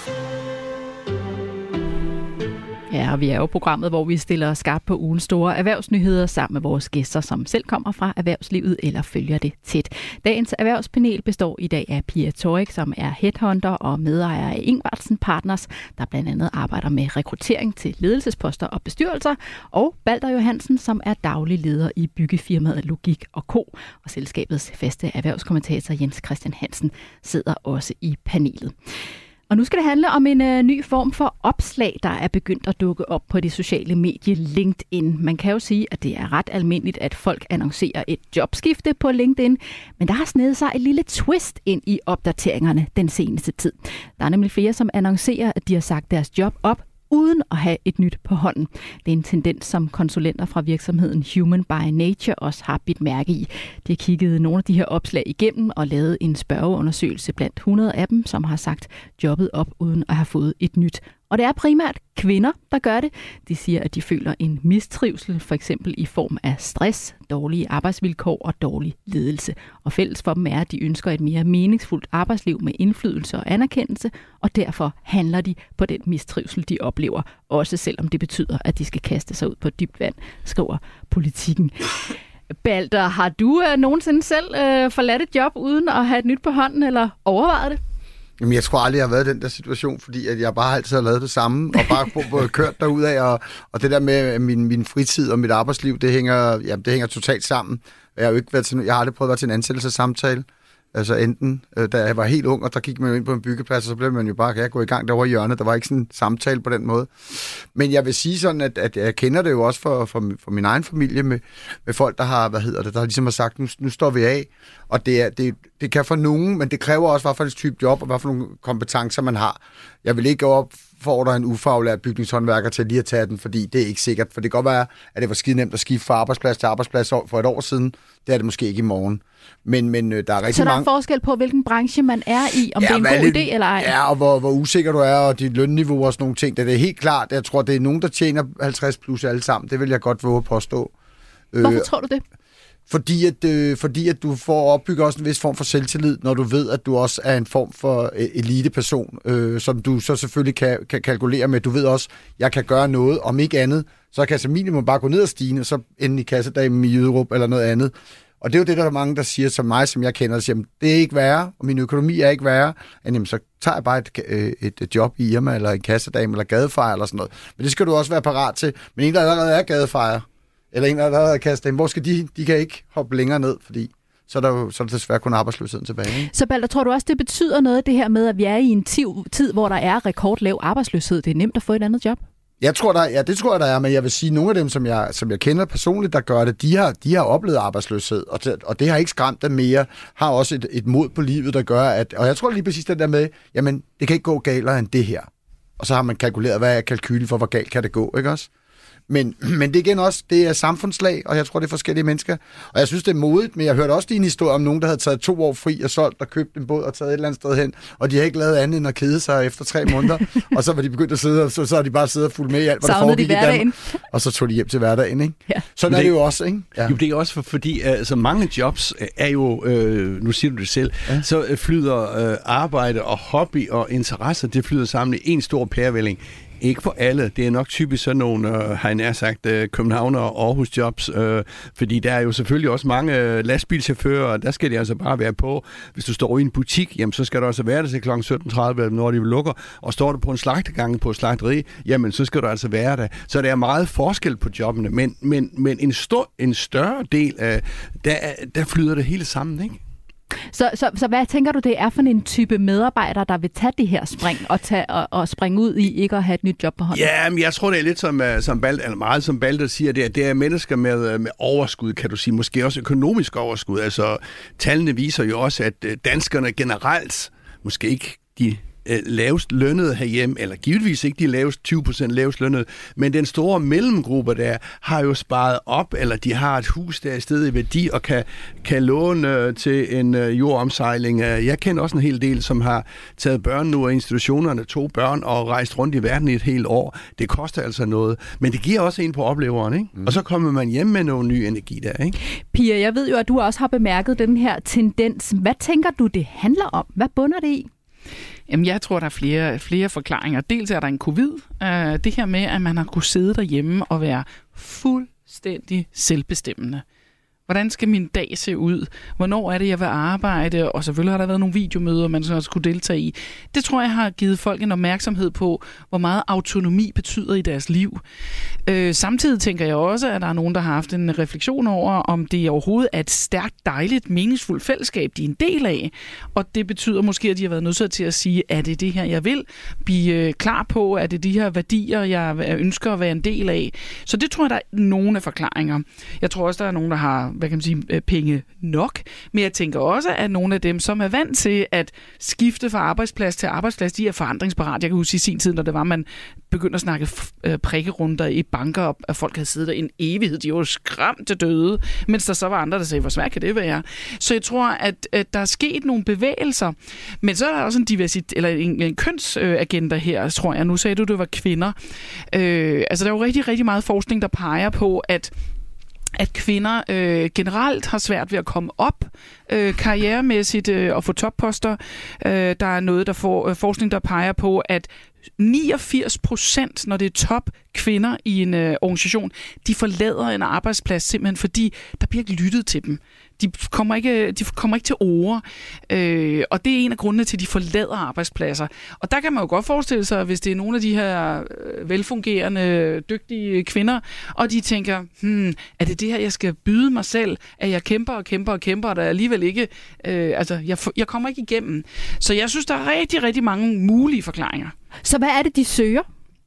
Ja, og vi er jo programmet, hvor vi stiller skarpt på ugens store erhvervsnyheder sammen med vores gæster, som selv kommer fra erhvervslivet eller følger det tæt. Dagens erhvervspanel består i dag af Pia Torik, som er headhunter og medejer af Ingvartsen Partners, der blandt andet arbejder med rekruttering til ledelsesposter og bestyrelser, og Balder Johansen, som er daglig leder i byggefirmaet Logik og Co. Og selskabets faste erhvervskommentator Jens Christian Hansen sidder også i panelet. Og nu skal det handle om en øh, ny form for opslag, der er begyndt at dukke op på det sociale medie LinkedIn. Man kan jo sige, at det er ret almindeligt, at folk annoncerer et jobskifte på LinkedIn, men der har snedet sig et lille twist ind i opdateringerne den seneste tid. Der er nemlig flere, som annoncerer, at de har sagt deres job op, uden at have et nyt på hånden. Det er en tendens, som konsulenter fra virksomheden Human by Nature også har bidt mærke i. De har kigget nogle af de her opslag igennem og lavet en spørgeundersøgelse blandt hundrede af dem, som har sagt jobbet op uden at have fået et nyt. Og det er primært kvinder, der gør det. De siger, at de føler en mistrivsel, for eksempel i form af stress, dårlige arbejdsvilkår og dårlig ledelse. Og fælles for dem er, at de ønsker et mere meningsfuldt arbejdsliv med indflydelse og anerkendelse, og derfor handler de på den mistrivsel, de oplever, også selvom det betyder, at de skal kaste sig ud på dybt vand, skriver Politikken. Balder, har du øh, nogensinde selv øh, forladt et job uden at have et nyt på hånden, eller overvejet det? Jamen, jeg tror aldrig, jeg har været i den der situation, fordi at jeg bare altid har lavet det samme, og bare kørt derudad, og, og det der med min, min fritid og mit arbejdsliv, det hænger, ja, det hænger totalt sammen. Jeg har jo ikke været til, jeg har aldrig prøvet at være til en ansættelsessamtale. Altså enten, øh, da jeg var helt ung, og der gik man jo ind på en byggeplads, og så blev man jo bare, kan jeg gå i gang derovre i hjørnet, der var ikke sådan en samtale på den måde. Men jeg vil sige sådan, at, at jeg kender det jo også for, for, for min egen familie, med, med folk, der har, hvad hedder det, der ligesom har sagt, nu, nu står vi af, og det, er, det, det kan for nogen, men det kræver også, hvad for et type job, og hvad for nogle kompetencer man har. Jeg vil ikke opfordre en ufaglært bygningshåndværker til lige at tage den, fordi det er ikke sikkert, for det kan godt være, at det var skide nemt at skifte fra arbejdsplads til arbejdsplads for et år siden, det er det måske ikke i morgen. Men, men der er rigtig mange... Så der er en forskel på, hvilken branche man er i, om ja, det er en god lidt, idé eller ej? Ja, og hvor, hvor usikker du er, og dit lønniveau og sådan nogle ting. Det er helt klart. Jeg tror, det er nogen, der tjener halvtreds plus alle sammen. Det vil jeg godt våge at påstå. Hvorfor øh, tror du det? Fordi at, øh, fordi at du får opbygget også en vis form for selvtillid, når du ved, at du også er en form for eliteperson, øh, som du så selvfølgelig kan, kan kalkulere med. Du ved også, jeg kan gøre noget, om ikke andet, så kan jeg som minimum bare gå ned og stige, og så ende i kassedamen i Jyderup eller noget andet. Og det er jo det, der er mange, der siger som mig, som jeg kender, og siger, det er ikke værre, og min økonomi er ikke værre, end jamen, så tager jeg bare et, et, et job i Irma, eller en kassedame, eller gadefejer, eller sådan noget. Men det skal du også være parat til. Men en, der allerede er gadefejer, eller en, der allerede er kassedame, hvor skal de? De kan ikke hoppe længere ned, fordi så er der jo så er der desværre kun arbejdsløsheden tilbage. Ikke? Så Balder, tror du også, det betyder noget, det her med, at vi er i en tid, hvor der er rekordlav arbejdsløshed? Det er nemt at få et andet job? Jeg tror, der, ja, det tror jeg, der er, men jeg vil sige, at nogle af dem, som jeg, som jeg kender personligt, der gør det, de har, de har oplevet arbejdsløshed, og det, og det har ikke skræmt dem mere, har også et, et mod på livet, der gør, at, og jeg tror lige præcis det der med, jamen, det kan ikke gå galere end det her. Og så har man kalkuleret, hvad er kalkylen for, hvor galt kan det gå, ikke også? Men, men det igen også, det er samfundslag, og jeg tror, det er forskellige mennesker. Og jeg synes, det er modigt, men jeg hørte også din historie om nogen, der havde taget to år fri og solgt og købt en båd og taget et eller andet sted hen, og de har ikke lavet andet end at kede sig efter tre måneder, og så var de begyndt at sidde, og så, så har de bare siddet og fulgt med i alt, hvad der foregik i Danmark. Og så tog de hjem til hverdagen, ikke? Ja. Sådan er det jo også, ikke? Ja. Jo, det er også for, fordi altså, mange jobs er jo, øh, nu siger du det selv, ja. så flyder øh, arbejde og hobby og interesser, det flyder sammen i en stor pærevælling. Ikke for alle. Det er nok typisk sådan nogle, øh, har jeg nær sagt, øh, København og Aarhus jobs, øh, fordi der er jo selvfølgelig også mange øh, lastbilchauffører, og der skal de altså bare være på. Hvis du står i en butik, jamen så skal du også være der til klokken sytten tredive, når de lukker, og står du på en slagtegang på et slagteri, jamen så skal du altså være der. Så der er meget forskel på jobbene, men, men, men en, stor, en større del af, der, der flyder det hele sammen, ikke? Så, så, så hvad tænker du, det er for en type medarbejder, der vil tage det her spring og, tage, og, og springe ud i ikke at have et nyt job på hånden? Ja, men jeg tror, det er lidt som, som Balder, eller meget som Balder siger, det er, det er mennesker med, med overskud, kan du sige. Måske også økonomisk overskud. Altså, tallene viser jo også, at danskerne generelt, måske ikke de lavest lønnede herhjemme, eller givetvis ikke de lavest tyve procent lavest lønnede, men den store mellemgruppe der har jo sparet op, eller de har et hus der i stedet i værdi, og kan, kan låne til en jordomsejling. Jeg kender også en hel del, som har taget børn nu af institutionerne, to børn, og rejst rundt i verden i et helt år. Det koster altså noget, men det giver også en på opleveren, ikke? Mm. Og så kommer man hjem med noget ny energi der, ikke? Pia, jeg ved jo, at du også har bemærket den her tendens. Hvad tænker du, det handler om? Hvad bunder det i? Jamen, jeg tror, der er flere, flere forklaringer. Dels er der en covid. Øh, det her med, at man har kunnet sidde derhjemme og være fuldstændig selvbestemmende. Hvordan skal min dag se ud? Hvornår er det, jeg vil arbejde? Og selvfølgelig har der været nogle videomøder, man så også kunne deltage i. Det tror jeg har givet folk en opmærksomhed på, hvor meget autonomi betyder i deres liv. Øh, samtidig tænker jeg også, at der er nogen, der har haft en refleksion over, om det overhovedet er et stærkt, dejligt, meningsfuldt fællesskab, de er en del af. Og det betyder måske, at de har været nødt til at sige, er det det her, jeg vil? Blive klar på, at det er de her værdier, jeg ønsker at være en del af. Så det tror jeg, der er nogle af forklaringer. Jeg tror også, der er nogen, der har hvad kan man sige, penge nok, men jeg tænker også, at nogle af dem, som er vant til at skifte fra arbejdsplads til arbejdsplads, de er forandringsparat. Jeg kan huske i sin tid, når det var, man begyndte at snakke prikkerunder i banker, og at folk havde siddet der en evighed, de var skræmt til døde, mens der så var andre, der sagde, hvor svært kan det være? Så jeg tror, at, at der er sket nogle bevægelser, men så er der også en diversitet, eller en, en kønsagenda her, tror jeg. Nu sagde du, det var kvinder. Øh, altså, der er jo rigtig, rigtig meget forskning, der peger på, at at kvinder øh, generelt har svært ved at komme op øh, karrieremæssigt øh, og få topposter. Øh, der er noget, der får øh, forskning, der peger på, at niogfirs procent, når det er top kvinder i en øh, organisation, de forlader en arbejdsplads simpelthen, fordi der bliver ikke lyttet til dem. De kommer ikke, de kommer ikke til ord, øh, og det er en af grundene til, at de forlader arbejdspladser. Og der kan man jo godt forestille sig, hvis det er nogle af de her velfungerende, dygtige kvinder, og de tænker, hmm, er det det her, jeg skal byde mig selv, at jeg kæmper og kæmper og kæmper, og der er alligevel ikke, øh, altså, jeg, jeg kommer ikke igennem. Så jeg synes, der er rigtig, rigtig mange mulige forklaringer. Så hvad er det, de søger?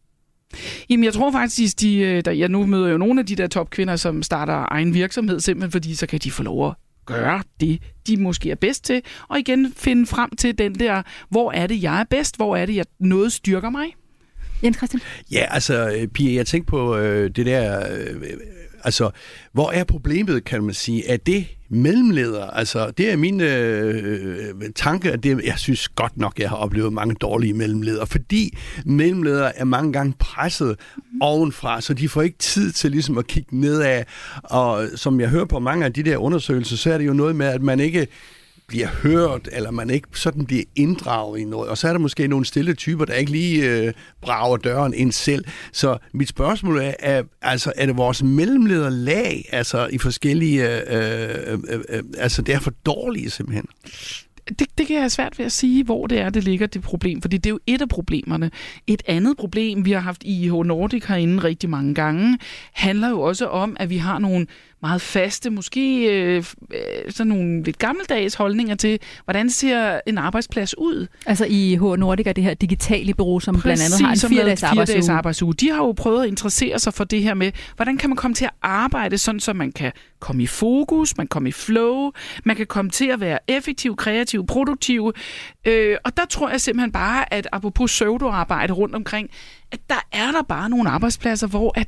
Jamen, jeg tror faktisk, de, der, jeg nu møder jo nogle af de der topkvinder, som starter egen virksomhed, simpelthen fordi så kan de få lov at gøre det, de måske er bedst til, og igen finde frem til den der, hvor er det, jeg er bedst, hvor er det, jeg noget styrker mig? Jens Christian? Ja, altså, Pia, jeg tænker på øh, det der, øh, altså, hvor er problemet, kan man sige? Er det mellemleder? Altså, det er min øh, tanke, at det, jeg synes godt nok, jeg har oplevet mange dårlige mellemledere, fordi mellemledere er mange gange presset mm. ovenfra, så de får ikke tid til ligesom at kigge nedad, og som jeg hører på mange af de der undersøgelser, så er det jo noget med, at man ikke bliver hørt, eller man ikke sådan bliver inddraget i noget. Og så er der måske nogle stille typer, der ikke lige øh, brager døren ind selv. Så mit spørgsmål er, er, altså, er det vores mellemlederlag, altså i forskellige, øh, øh, øh, altså det er for dårlige simpelthen? Det, det kan jeg have svært ved at sige, hvor det er, det ligger, det problem. Fordi det er jo et af problemerne. Et andet problem, vi har haft i I H Nordic herinde rigtig mange gange, handler jo også om, at vi har nogle meget faste, måske øh, sådan nogle lidt gammeldags holdninger til, hvordan ser en arbejdsplads ud. Altså i I H Nordic er det her digitale bureau, som Præcis, blandt andet har en fire-dages arbejdsuge. arbejdsuge. De har jo prøvet at interessere sig for det her med, hvordan kan man komme til at arbejde, sådan så man kan komme i fokus, man kan komme i flow, man kan komme til at være effektiv, kreativ, produktiv. Øh, og der tror jeg simpelthen bare, at apropos pseudoarbejde rundt omkring, at der er der bare nogle arbejdspladser, hvor at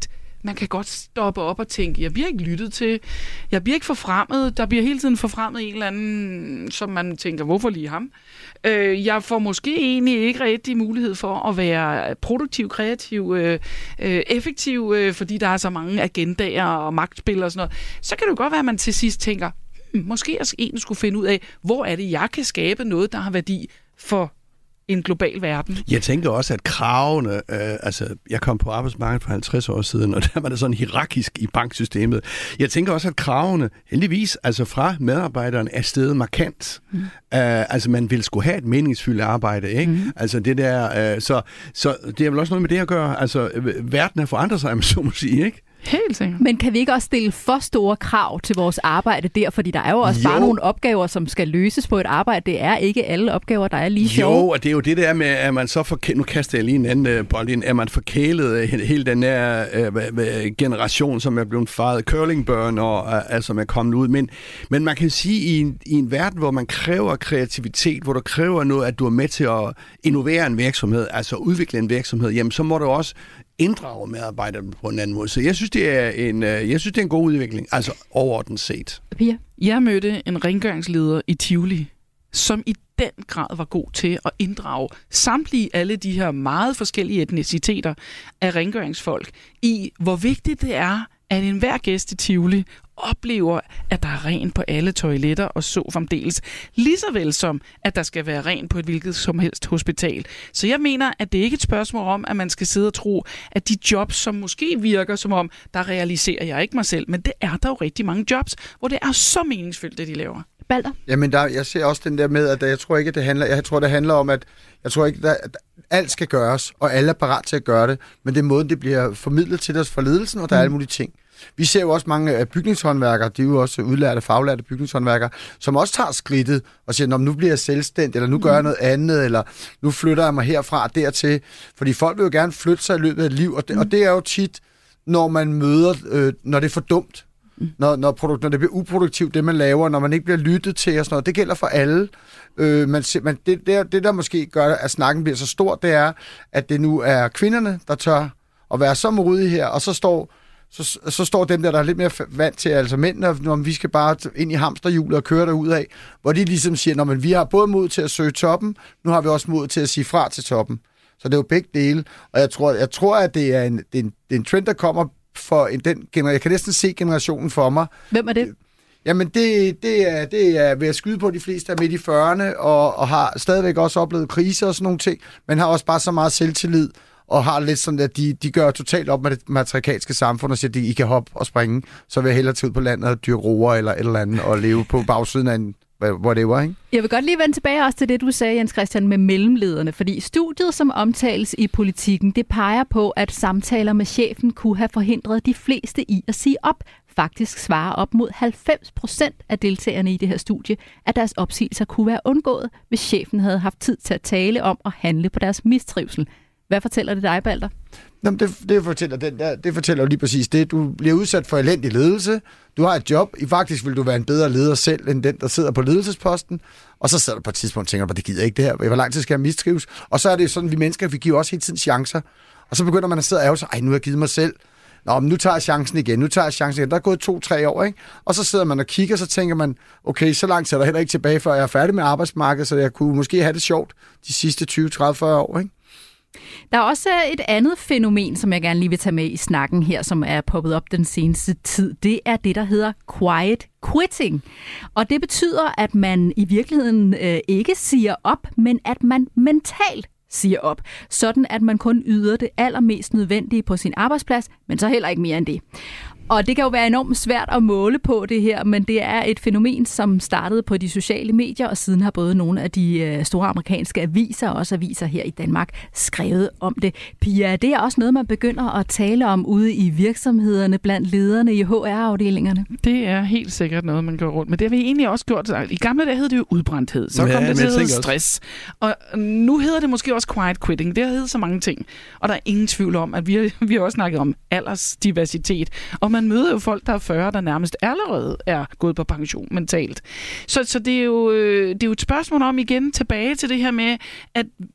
man kan godt stoppe op og tænke, jeg bliver ikke lyttet til, jeg bliver ikke forfremmet, der bliver hele tiden forfremmet en eller anden, som man tænker, hvorfor lige ham? Øh, jeg får måske egentlig ikke rigtig mulighed for at være produktiv, kreativ, øh, øh, effektiv, øh, fordi der er så mange agendaer og magtspil og sådan noget. Så kan det jo godt være, at man til sidst tænker, hm, måske jeg egentlig skulle finde ud af, hvor er det, jeg kan skabe noget, der har værdi for en global verden. Jeg tænker også, at kravene, øh, altså jeg kom på arbejdsmarkedet for halvtreds år siden, og der var det sådan hierarkisk i banksystemet. Jeg tænker også, at kravene, heldigvis, altså fra medarbejderen er steget markant. Mm. Uh, altså man vil skulle have et meningsfyldt arbejde, ikke? Mm. Altså det der, uh, så, så det er vel også noget med det at gøre. Altså verden er forandret sig, så må sige, ikke? Helt sikkert. Men kan vi ikke også stille for store krav til vores arbejde der? Fordi der er jo også jo. bare nogle opgaver, som skal løses på et arbejde. Det er ikke alle opgaver, der er lige sjove. Jo, og det er jo det der med, at man så forkælet, nu kaster jeg lige en anden uh, bold ind, at man forkælet hele den her uh, generation, som er blevet faret curlingbørn og uh, altså er kommet ud. Men, men man kan sige, i en, i en verden, hvor man kræver kreativitet, hvor der kræver noget, at du er med til at innovere en virksomhed, altså udvikle en virksomhed, jamen så må du også inddrage medarbejderne på en anden måde. Så jeg synes, det er en, jeg synes, det er en god udvikling, altså overordnet set. Pia? Jeg mødte en rengøringsleder i Tivoli, som i den grad var god til at inddrage samtlige alle de her meget forskellige etniciteter af rengøringsfolk i, hvor vigtigt det er, at enhver gæst i Tivoli oplever, at der er rent på alle toiletter og så fremdeles, lige så vel som, at der skal være rent på et hvilket som helst hospital. Så jeg mener, at det ikke er et spørgsmål om, at man skal sidde og tro, at de jobs, som måske virker som om, der realiserer jeg ikke mig selv, men det er der jo rigtig mange jobs, hvor det er så meningsfyldt, det de laver. Balder? Jamen, der, jeg ser også den der med, at jeg tror ikke, at det handler, jeg tror, det handler om, at jeg tror ikke, at alt skal gøres, og alle er parat til at gøre det, men det er måden, det bliver formidlet til os fra ledelsen, og der er alle mulige ting. Vi ser jo også mange bygningshåndværkere, de er jo også udlærte, faglærte bygningshåndværkere, som også tager skridtet og siger, nu bliver jeg selvstændig, eller nu gør jeg noget andet, eller nu flytter jeg mig herfra og dertil. Fordi folk vil jo gerne flytte sig i løbet af et liv, og det, og det er jo tit, når man møder, øh, når det er for dumt, når, når, produkt, når det bliver uproduktivt, det man laver, når man ikke bliver lyttet til og sådan noget. Det gælder for alle. Øh, man, man, det, det, det, der måske gør, at snakken bliver så stor, det er, at det nu er kvinderne, der tør at være så modige her, og så står Så, så står dem der, der er lidt mere vant til, altså mændene, når vi skal bare ind i hamsterhjulet og køre derud af, hvor de ligesom siger, når vi har både mod til at søge toppen, nu har vi også mod til at sige fra til toppen. Så det er jo begge dele, og jeg tror, jeg tror at det er, en, det, er en, det er en trend, der kommer for en, den generation. Jeg kan næsten se generationen for mig. Hvem er det? Jamen, det, det, er, det er ved at skyde på, de fleste er midt i fyrrerne, og, og har stadigvæk også oplevet kriser og sådan nogle ting, men har også bare så meget selvtillid, og har lidt sådan, at de, de gør totalt op med det matriarkalske samfund, og siger, at de, I kan hoppe og springe, så vil jeg hellere tage ud på landet og dyrke roer eller et eller andet, og leve på bagsiden af en whatever, ikke? Jeg vil godt lige vende tilbage også til det, du sagde, Jens Christian, med mellemlederne, fordi studiet, som omtales i Politikken, det peger på, at samtaler med chefen kunne have forhindret de fleste i at sige op. Faktisk svarer op mod halvfems procent af deltagerne i det her studie, at deres opsigelser kunne være undgået, hvis chefen havde haft tid til at tale om og handle på deres mistrivsel. Hvad fortæller det dig, Balder? Jamen, det, det, fortæller, det, det fortæller jo lige præcis det. Du bliver udsat for elendig ledelse. Du har et job. I faktisk vil du være en bedre leder selv, end den, der sidder på ledelsesposten. Og så sidder du på et tidspunkt og tænker, det gider ikke det her. Hvor lang tid skal jeg mistrives? Og så er det sådan, vi mennesker, vi giver også hele tiden chancer. Og så begynder man at sidde og ærge sig, ej, nu har jeg givet mig selv. Nå, men nu tager jeg chancen igen, nu tager jeg chancen igen. Der er gået to-tre år, ikke? Og så sidder man og kigger, så tænker man, okay, så langt er der heller ikke tilbage, før jeg er færdig med arbejdsmarkedet, så jeg kunne måske have det sjovt de sidste tyve, tredive, fyrre år, ikke? Der er også et andet fænomen, som jeg gerne lige vil tage med i snakken her, som er poppet op den seneste tid. Det er det, der hedder quiet quitting. Og det betyder, at man i virkeligheden øh, ikke siger op, men at man mentalt siger op. Sådan at man kun yder det allermest nødvendige på sin arbejdsplads, men så heller ikke mere end det. Og det kan jo være enormt svært at måle på det her, men det er et fænomen, som startede på de sociale medier, og siden har både nogle af de store amerikanske aviser, og også aviser her i Danmark, skrevet om det. Pia, det er også noget, man begynder at tale om ude i virksomhederne, blandt lederne i H R-afdelingerne. Det er helt sikkert noget, man går rundt med. Det har vi egentlig også gjort. I gamle dage hed det jo udbrændthed, så ja, kom det til at hedde stress. Og nu hedder det måske også quiet quitting. Det har heddet så mange ting. Og der er ingen tvivl om, at vi har, vi har også snakket om aldersdiversitet, og man møder jo folk, der er fyrre, der nærmest allerede er gået på pension mentalt. Så, så det, er jo, det er jo et spørgsmål om igen tilbage til det her med, at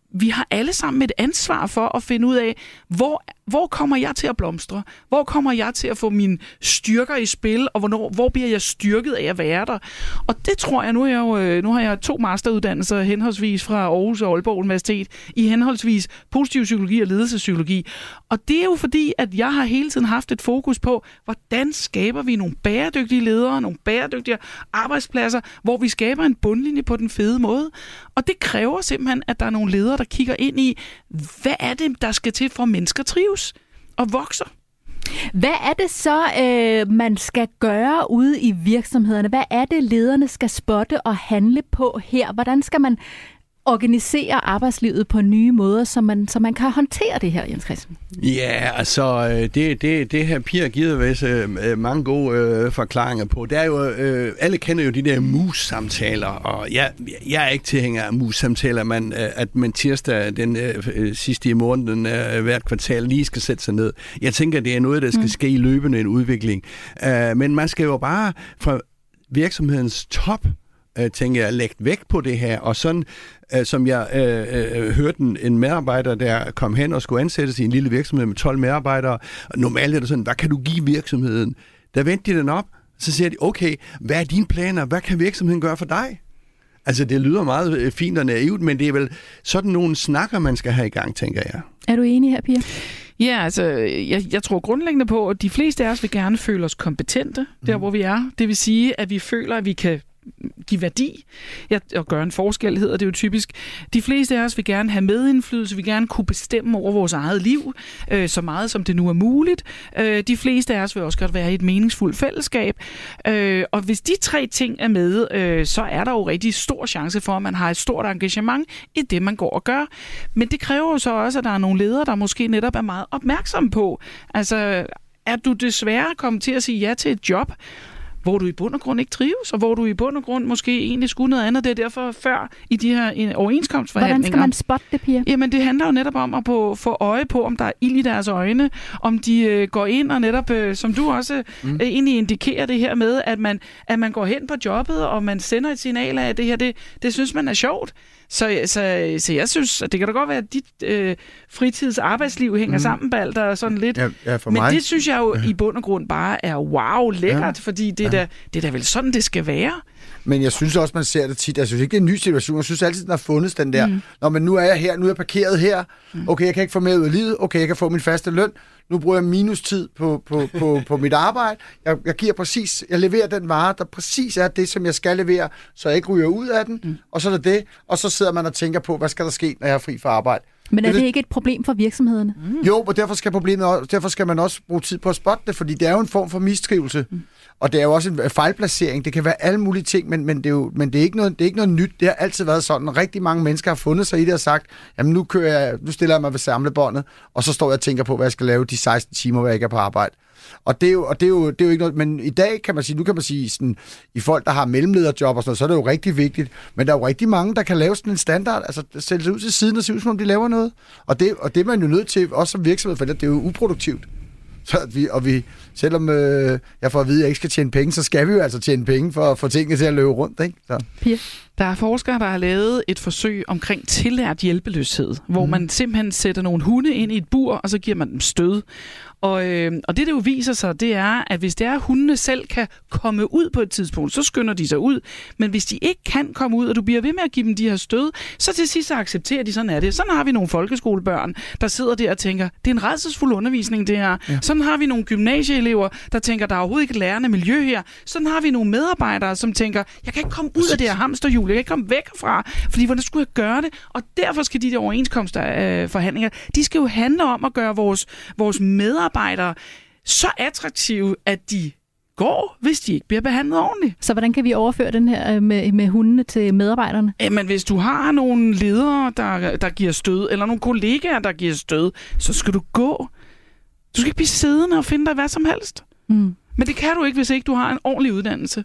vi har alle sammen et ansvar for at finde ud af, hvor, hvor kommer jeg til at blomstre? Hvor kommer jeg til at få mine styrker i spil? Og hvornår, hvor bliver jeg styrket af at være der? Og det tror jeg, nu, er jeg jo, nu har jeg to masteruddannelser henholdsvis fra Aarhus og Aalborg Universitet i henholdsvis positiv psykologi og ledelsespsykologi. Og det er jo fordi, at jeg har hele tiden haft et fokus på, hvordan skaber vi nogle bæredygtige ledere, nogle bæredygtige arbejdspladser, hvor vi skaber en bundlinje på den fede måde. Og det kræver simpelthen, at der er nogle ledere, der kigger ind i, hvad er det, der skal til for at mennesker trives og vokser. Hvad er det så, øh, man skal gøre ude i virksomhederne? Hvad er det, lederne skal spotte og handle på her? Hvordan skal man organisere arbejdslivet på nye måder, så man, så man kan håndtere det her, Jens Christian? Ja, altså, det, det, det her Pia har givet vist øh, mange gode øh, forklaringer på. Det er jo, øh, alle kender jo de der mus-samtaler, og jeg, jeg er ikke tilhænger af mus-samtaler, man, øh, at man tirsdag den øh, sidste i måneden øh, hvert kvartal lige skal sætte sig ned. Jeg tænker, det er noget, der skal mm. ske i løbende en udvikling. Uh, men man skal jo bare fra virksomhedens top, øh, tænker jeg, lægge vægt på det her, og sådan Uh, som jeg uh, uh, hørte en, en medarbejder, der kom hen og skulle ansættes i en lille virksomhed med tolv medarbejdere. Normalt er det sådan, hvad kan du give virksomheden? Der vendte de den op, så siger de, okay, hvad er dine planer? Hvad kan virksomheden gøre for dig? Altså, det lyder meget fint og naivt, men det er vel sådan nogle snakker, man skal have i gang, tænker jeg. Er du enig her, Pia? Ja, altså, jeg, jeg tror grundlæggende på, at de fleste af os vil gerne føle os kompetente, der mm. hvor vi er. Det vil sige, at vi føler, at vi kan give værdi ja, og gøre en forskel, hedder det jo typisk. De fleste af os vil gerne have medindflydelse, vil gerne kunne bestemme over vores eget liv, øh, så meget som det nu er muligt. Øh, de fleste af os vil også godt være i et meningsfuldt fællesskab. Øh, og hvis de tre ting er med, øh, så er der jo rigtig stor chance for, at man har et stort engagement i det, man går og gør. Men det kræver jo så også, at der er nogle ledere, der måske netop er meget opmærksomme på. Altså, er du desværre kommet til at sige ja til et job, hvor du i bund og grund ikke trives, og hvor du i bund og grund måske egentlig skulle noget andet. Det er derfor før i de her overenskomstforhandlinger. Hvordan skal man spotte det, Pia? Jamen, det handler jo netop om at på, få øje på, om der er ild i deres øjne, om de øh, går ind og netop, øh, som du også mm. øh, egentlig indikerer det her med, at man, at man går hen på jobbet, og man sender et signal af, at det her, det, det synes man er sjovt. Så, så, så jeg synes, at det kan da godt være, at dit øh, fritidsarbejdsliv hænger mm. sammen, Balder, og sådan lidt. Ja, ja, for Men mig. det synes jeg jo i bund og grund bare er wow, lækkert, ja. fordi det er, ja. da, det er da vel sådan, det skal være. Men jeg synes også, man ser det tit. Jeg synes ikke, det er en ny situation. Jeg synes altid, den har fundet den der. Mm. Nå, men nu er jeg her, nu er jeg parkeret her. Okay, jeg kan ikke få mere ud af livet. Okay, jeg kan få min faste løn. Nu bruger jeg minustid på, på, på, på mit arbejde. Jeg, jeg giver præcis, jeg leverer den vare, der præcis er det, som jeg skal levere, så jeg ikke ryger ud af den. Mm. Og så er det det. Og så sidder man og tænker på, hvad skal der ske, når jeg er fri for arbejde. Men er det, det ikke et problem for virksomhederne? Mm. Jo, og derfor skal, problemet også, derfor skal man også bruge tid på at spotte det, fordi det er jo en form for mistrivelse. Mm. Og det er jo også en fejlplacering. Det kan være alle mulige ting, men, men, det, er jo, men det, er ikke noget, det er ikke noget nyt. Det har altid været sådan. Rigtig mange mennesker har fundet sig i det og sagt, jamen nu, kører jeg, nu stiller jeg mig ved samlebåndet, og så står jeg og tænker på, hvad jeg skal lave de seksten timer, hvor jeg ikke er på arbejde. Og det er jo, og det er jo, det er jo ikke noget, men i dag kan man sige, nu kan man sige, sådan, i folk, der har mellemlederjob og sådan noget, så er det jo rigtig vigtigt, men der er jo rigtig mange, der kan lave sådan en standard, altså sætte sig ud til siden og se ud, som om de laver noget. Og det, og det er man jo nødt til, også som virksomhed, for det er jo uproduktivt. Så vi, og vi, selvom øh, jeg får at vide, at jeg ikke skal tjene penge, så skal vi jo altså tjene penge for at få tingene til at løbe rundt, ikke? Så. Pia? Der er forskere, der har lavet et forsøg omkring tillært hjælpeløshed, hvor mm. man simpelthen sætter nogle hunde ind i et bur, og så giver man dem stød. Og, øh, og det, det jo viser sig, det er, at hvis det er, at hundene selv kan komme ud på et tidspunkt, så skynder de sig ud. Men hvis de ikke kan komme ud, og du bliver ved med at give dem de her stød, så til sidst så accepterer de, sådan er det. Sådan har vi nogle folkeskolebørn, der sidder der og tænker, det er en rædselsfuld undervisning, det her. Ja. Sådan har vi nogle gymnasieelever, der tænker, der er overhovedet ikke et lærende miljø her. Sådan har vi nogle medarbejdere, som tænker, jeg kan ikke komme ud af det her hamsterhjul, jeg kan ikke komme væk fra, fordi hvordan skulle jeg gøre det? Og derfor skal de der overenskomster øh, forhandlinger, de skal jo handle om at gøre vores, vores medarbejdere arbejdere så attraktive, at de går, hvis de ikke bliver behandlet ordentligt. Så hvordan kan vi overføre den her med, med hundene til medarbejderne? Jamen, hvis du har nogle ledere, der, der giver stød, eller nogle kollegaer, der giver stød, så skal du gå. Du skal ikke blive siddende og finde dig hvad som helst. Mm. Men det kan du ikke, hvis ikke du har en ordentlig uddannelse.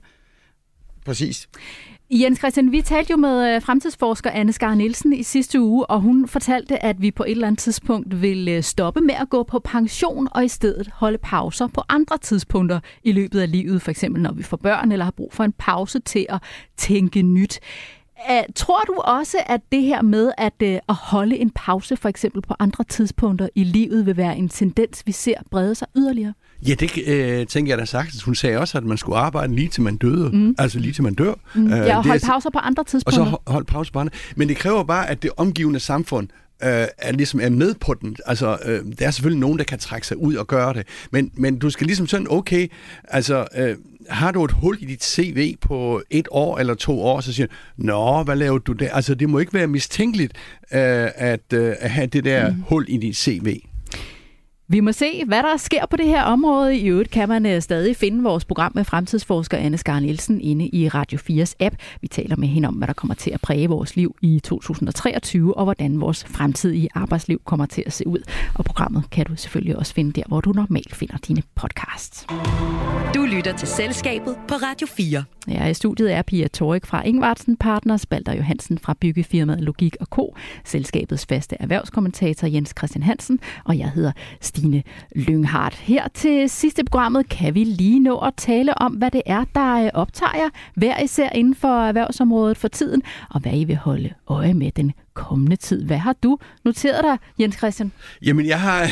Præcis. Jens Christian, vi talte jo med fremtidsforsker Anne Skar Nielsen i sidste uge, og hun fortalte, at vi på et eller andet tidspunkt vil stoppe med at gå på pension og i stedet holde pauser på andre tidspunkter i løbet af livet, for eksempel når vi får børn eller har brug for en pause til at tænke nyt. uh, tror du også, at det her med at, uh, at holde en pause, for eksempel på andre tidspunkter i livet, vil være en tendens, vi ser brede sig yderligere? Ja, det øh, tænker jeg da sagtens. Hun sagde også, at man skulle arbejde lige til man døde. Mm. Altså lige til man dør. Mm. Ja, og holde pauser på andre tidspunkter. Og så holde pause på andre. Men det kræver bare, at det omgivende samfund øh, er, ligesom er med på den. Altså, øh, der er selvfølgelig nogen, der kan trække sig ud og gøre det. Men, men du skal ligesom sådan, okay, altså, øh, har du et hul i dit C V på et år eller to år, så siger du, nå, hvad laver du der? Altså, det må ikke være mistænkeligt øh, at, øh, at have det der mm. hul i dit C V. Vi må se, hvad der sker på det her område. I øvrigt kan man stadig finde vores program med fremtidsforsker Anne Skar Nielsen inde i Radio fires app. Vi taler med hende om, hvad der kommer til at præge vores liv i to tusind treogtyve, og hvordan vores fremtidige arbejdsliv kommer til at se ud. Og programmet kan du selvfølgelig også finde der, hvor du normalt finder dine podcasts. Du lytter til Selskabet på Radio fire. Ja, i studiet er Pia Torik fra Ingvartsen Partners, Balder Johansen fra byggefirmaet Logik og Co., selskabets faste erhvervskommentator Jens Christian Hansen, og jeg hedder Stine Lynghardt. Her til sidste programmet kan vi lige nå at tale om, hvad det er, der optager jer hver især inden for erhvervsområdet for tiden, og hvad I vil holde øje med den kommende tid. Hvad har du noteret dig, Jens Christian? Jamen, jeg har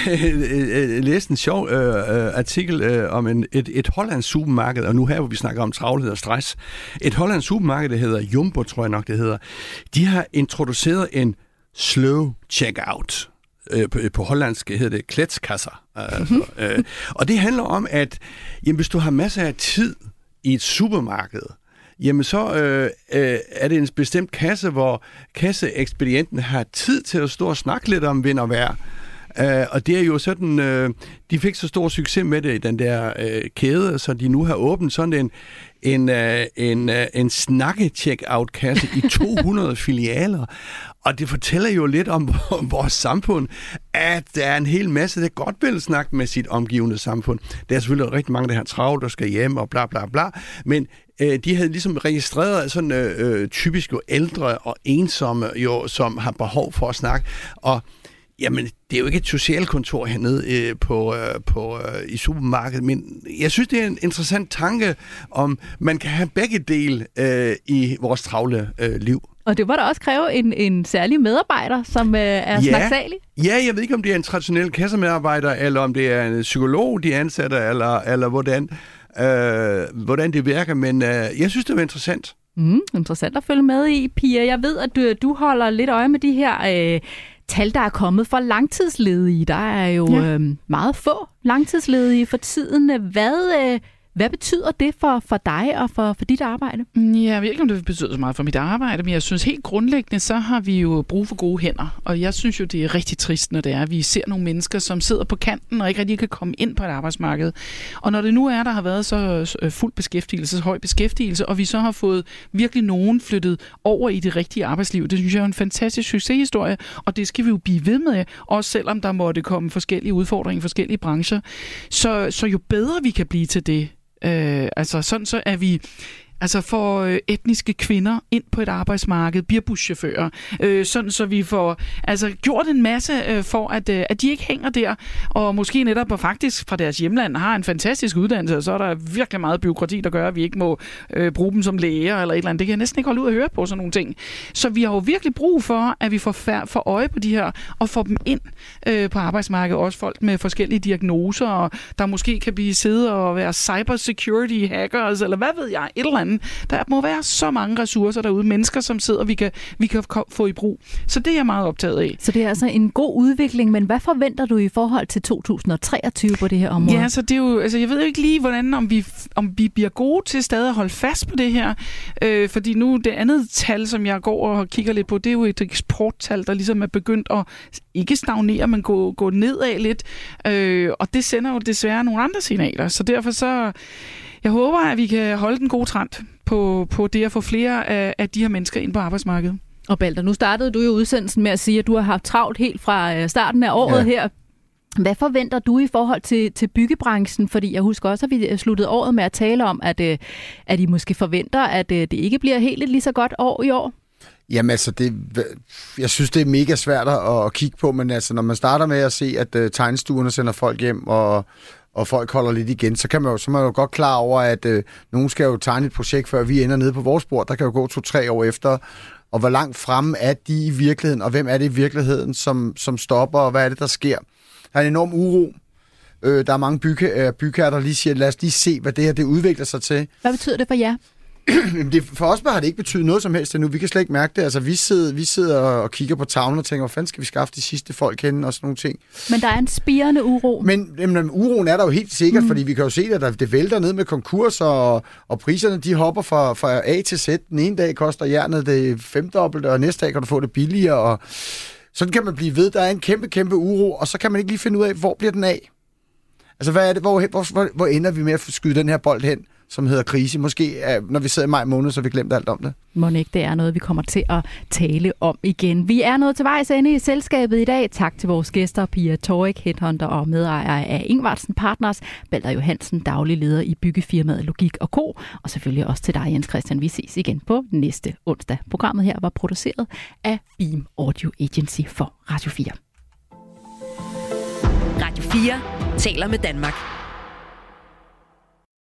øh, læst en sjov øh, artikel øh, om en, et, et hollandsk supermarked, og nu her, hvor vi snakker om travlhed og stress. Et hollandsk supermarked, der hedder Jumbo, tror jeg nok, det hedder. De har introduceret en slow checkout. Øh, på, på hollandsk hedder det kletskasser. Altså, mm-hmm. øh, og det handler om, at jamen, hvis du har masser af tid i et supermarked, jamen så øh, øh, er det en bestemt kasse, hvor kasseekspedienten har tid til at stå og snakke lidt om vind og vejr. Uh, og det er jo sådan, uh, de fik så stor succes med det i den der uh, kæde, så de nu har åbnet sådan en, en, uh, en, uh, en snakke-check-out-kasse i to hundrede filialer. Og det fortæller jo lidt om vores samfund, at der er en hel masse, der godt vil snakke med sit omgivende samfund. Der er selvfølgelig rigtig mange, der har travlt og skal hjem og bla bla bla, men øh, de havde ligesom registreret sådan øh, typisk jo ældre og ensomme, jo, som har behov for at snakke, og jamen, det er jo ikke et socialkontor hernede øh, på, øh, på, øh, i supermarkedet, men jeg synes, det er en interessant tanke, om man kan have begge dele øh, i vores travle øh, liv. Og det må da også kræve en, en særlig medarbejder, som øh, er ja. snaksalig. Ja, jeg ved ikke, om det er en traditionel kassemedarbejder, eller om det er en psykolog, de ansætter, eller, eller hvordan, øh, hvordan det virker, men øh, jeg synes, det var interessant. Mm, interessant at følge med i, Pia. Jeg ved, at du, du holder lidt øje med de her øh, tal, der er kommet for langtidsledige. Der er jo ja. øh, meget få langtidsledige for tiden. Hvad... Øh, Hvad betyder det for, for dig og for, for dit arbejde? Jeg ved ikke, om det betyder så meget for mit arbejde, men jeg synes helt grundlæggende, så har vi jo brug for gode hænder. Og jeg synes jo, det er rigtig trist, når det er, at vi ser nogle mennesker, som sidder på kanten og ikke rigtig kan komme ind på et arbejdsmarked. Og når det nu er, der har været så fuld beskæftigelse, så høj beskæftigelse, og vi så har fået virkelig nogen flyttet over i det rigtige arbejdsliv, det synes jeg er en fantastisk succeshistorie, og det skal vi jo blive ved med, også selvom der måtte komme forskellige udfordringer i forskellige brancher. Så, så jo bedre vi kan blive til det, Øh, altså sådan så er vi altså får etniske kvinder ind på et arbejdsmarked, bliver buschauffører, øh, sådan så vi får altså gjort en masse øh, for, at, øh, at de ikke hænger der, og måske netop og faktisk fra deres hjemland har en fantastisk uddannelse, og så er der virkelig meget bureaukrati, der gør, at vi ikke må øh, bruge dem som læger eller et eller andet. Det kan jeg næsten ikke holde ud at høre på, sådan nogle ting. Så vi har jo virkelig brug for, at vi får, fær- får øje på de her, og får dem ind øh, på arbejdsmarkedet, også folk med forskellige diagnoser, og der måske kan blive sidde og være cybersecurity hackers, eller hvad ved jeg, et eller andet. Der må være så mange ressourcer derude, mennesker, som sidder, vi kan, vi kan få i brug. Så det er jeg meget optaget af. Så det er altså en god udvikling, men hvad forventer du i forhold til to tusind treogtyve på det her område? Ja, så det er jo, altså jeg ved jo ikke lige, hvordan, om vi, om vi bliver gode til stadig at holde fast på det her, øh, fordi nu det andet tal, som jeg går og kigger lidt på, det er jo et eksporttal, der ligesom er begyndt at ikke stagnere, men gå, gå nedad lidt, øh, og det sender jo desværre nogle andre signaler, så derfor så jeg håber, at vi kan holde den gode trend på, på det at få flere af, af de her mennesker ind på arbejdsmarkedet. Og Balder, nu startede du jo udsendelsen med at sige, at du har haft travlt helt fra starten af året ja. her. Hvad forventer du i forhold til, til byggebranchen? Fordi jeg husker også, at vi sluttede året med at tale om, at, at I måske forventer, at det ikke bliver helt et lige så godt år i år. Jamen altså, det, jeg synes, det er mega svært at, at kigge på, men altså, når man starter med at se, at uh, tegnestuerne sender folk hjem, og, og folk holder lidt igen, så kan man jo, så er man jo godt klar over, at øh, nogen skal jo tegne et projekt, før vi ender nede på vores bord. Der kan jo gå to-tre år efter, og hvor langt fremme er de i virkeligheden, og hvem er det i virkeligheden, som, som stopper, og hvad er det, der sker? Der er en enorm uro. Øh, der er mange bygge, bygherrer, der lige siger, lad os lige se, hvad det her det udvikler sig til. Hvad betyder det for jer? det, for os har det ikke betydet noget som helst endnu. Vi kan slet ikke mærke det. Altså, vi sidder, vi sidder og kigger på tavlen og tænker, hvor fanden skal vi skaffe de sidste folk henne og sådan nogle ting. Men der er en spirende uro. Men jamen, uroen er der jo helt sikkert, mm. fordi vi kan jo se, at der, det vælter ned med konkurser, og, og priserne de hopper fra, fra A til Z. Den ene dag koster jernet det femdobbelte, og næste dag kan du få det billigere. Og sådan kan man blive ved. Der er en kæmpe, kæmpe uro, og så kan man ikke lige finde ud af, hvor bliver den af? Altså, hvad er det? Hvor, hvor, hvor, hvor ender vi med at skyde den her bold hen, som hedder krise? Måske, når vi sidder i maj måned, så har vi glemt alt om det. Må ikke, det er noget, vi kommer til at tale om igen. Vi er nået til vejs ende i selskabet i dag. Tak til vores gæster, Pia Torik, headhunter og medejer af Ingvartsen Partners, Balder Johansen, daglig leder i byggefirmaet Logik og Co. Og selvfølgelig også til dig, Jens Christian. Vi ses igen på næste onsdag. Programmet her var produceret af Beam Audio Agency for Radio fire. Radio fire taler med Danmark.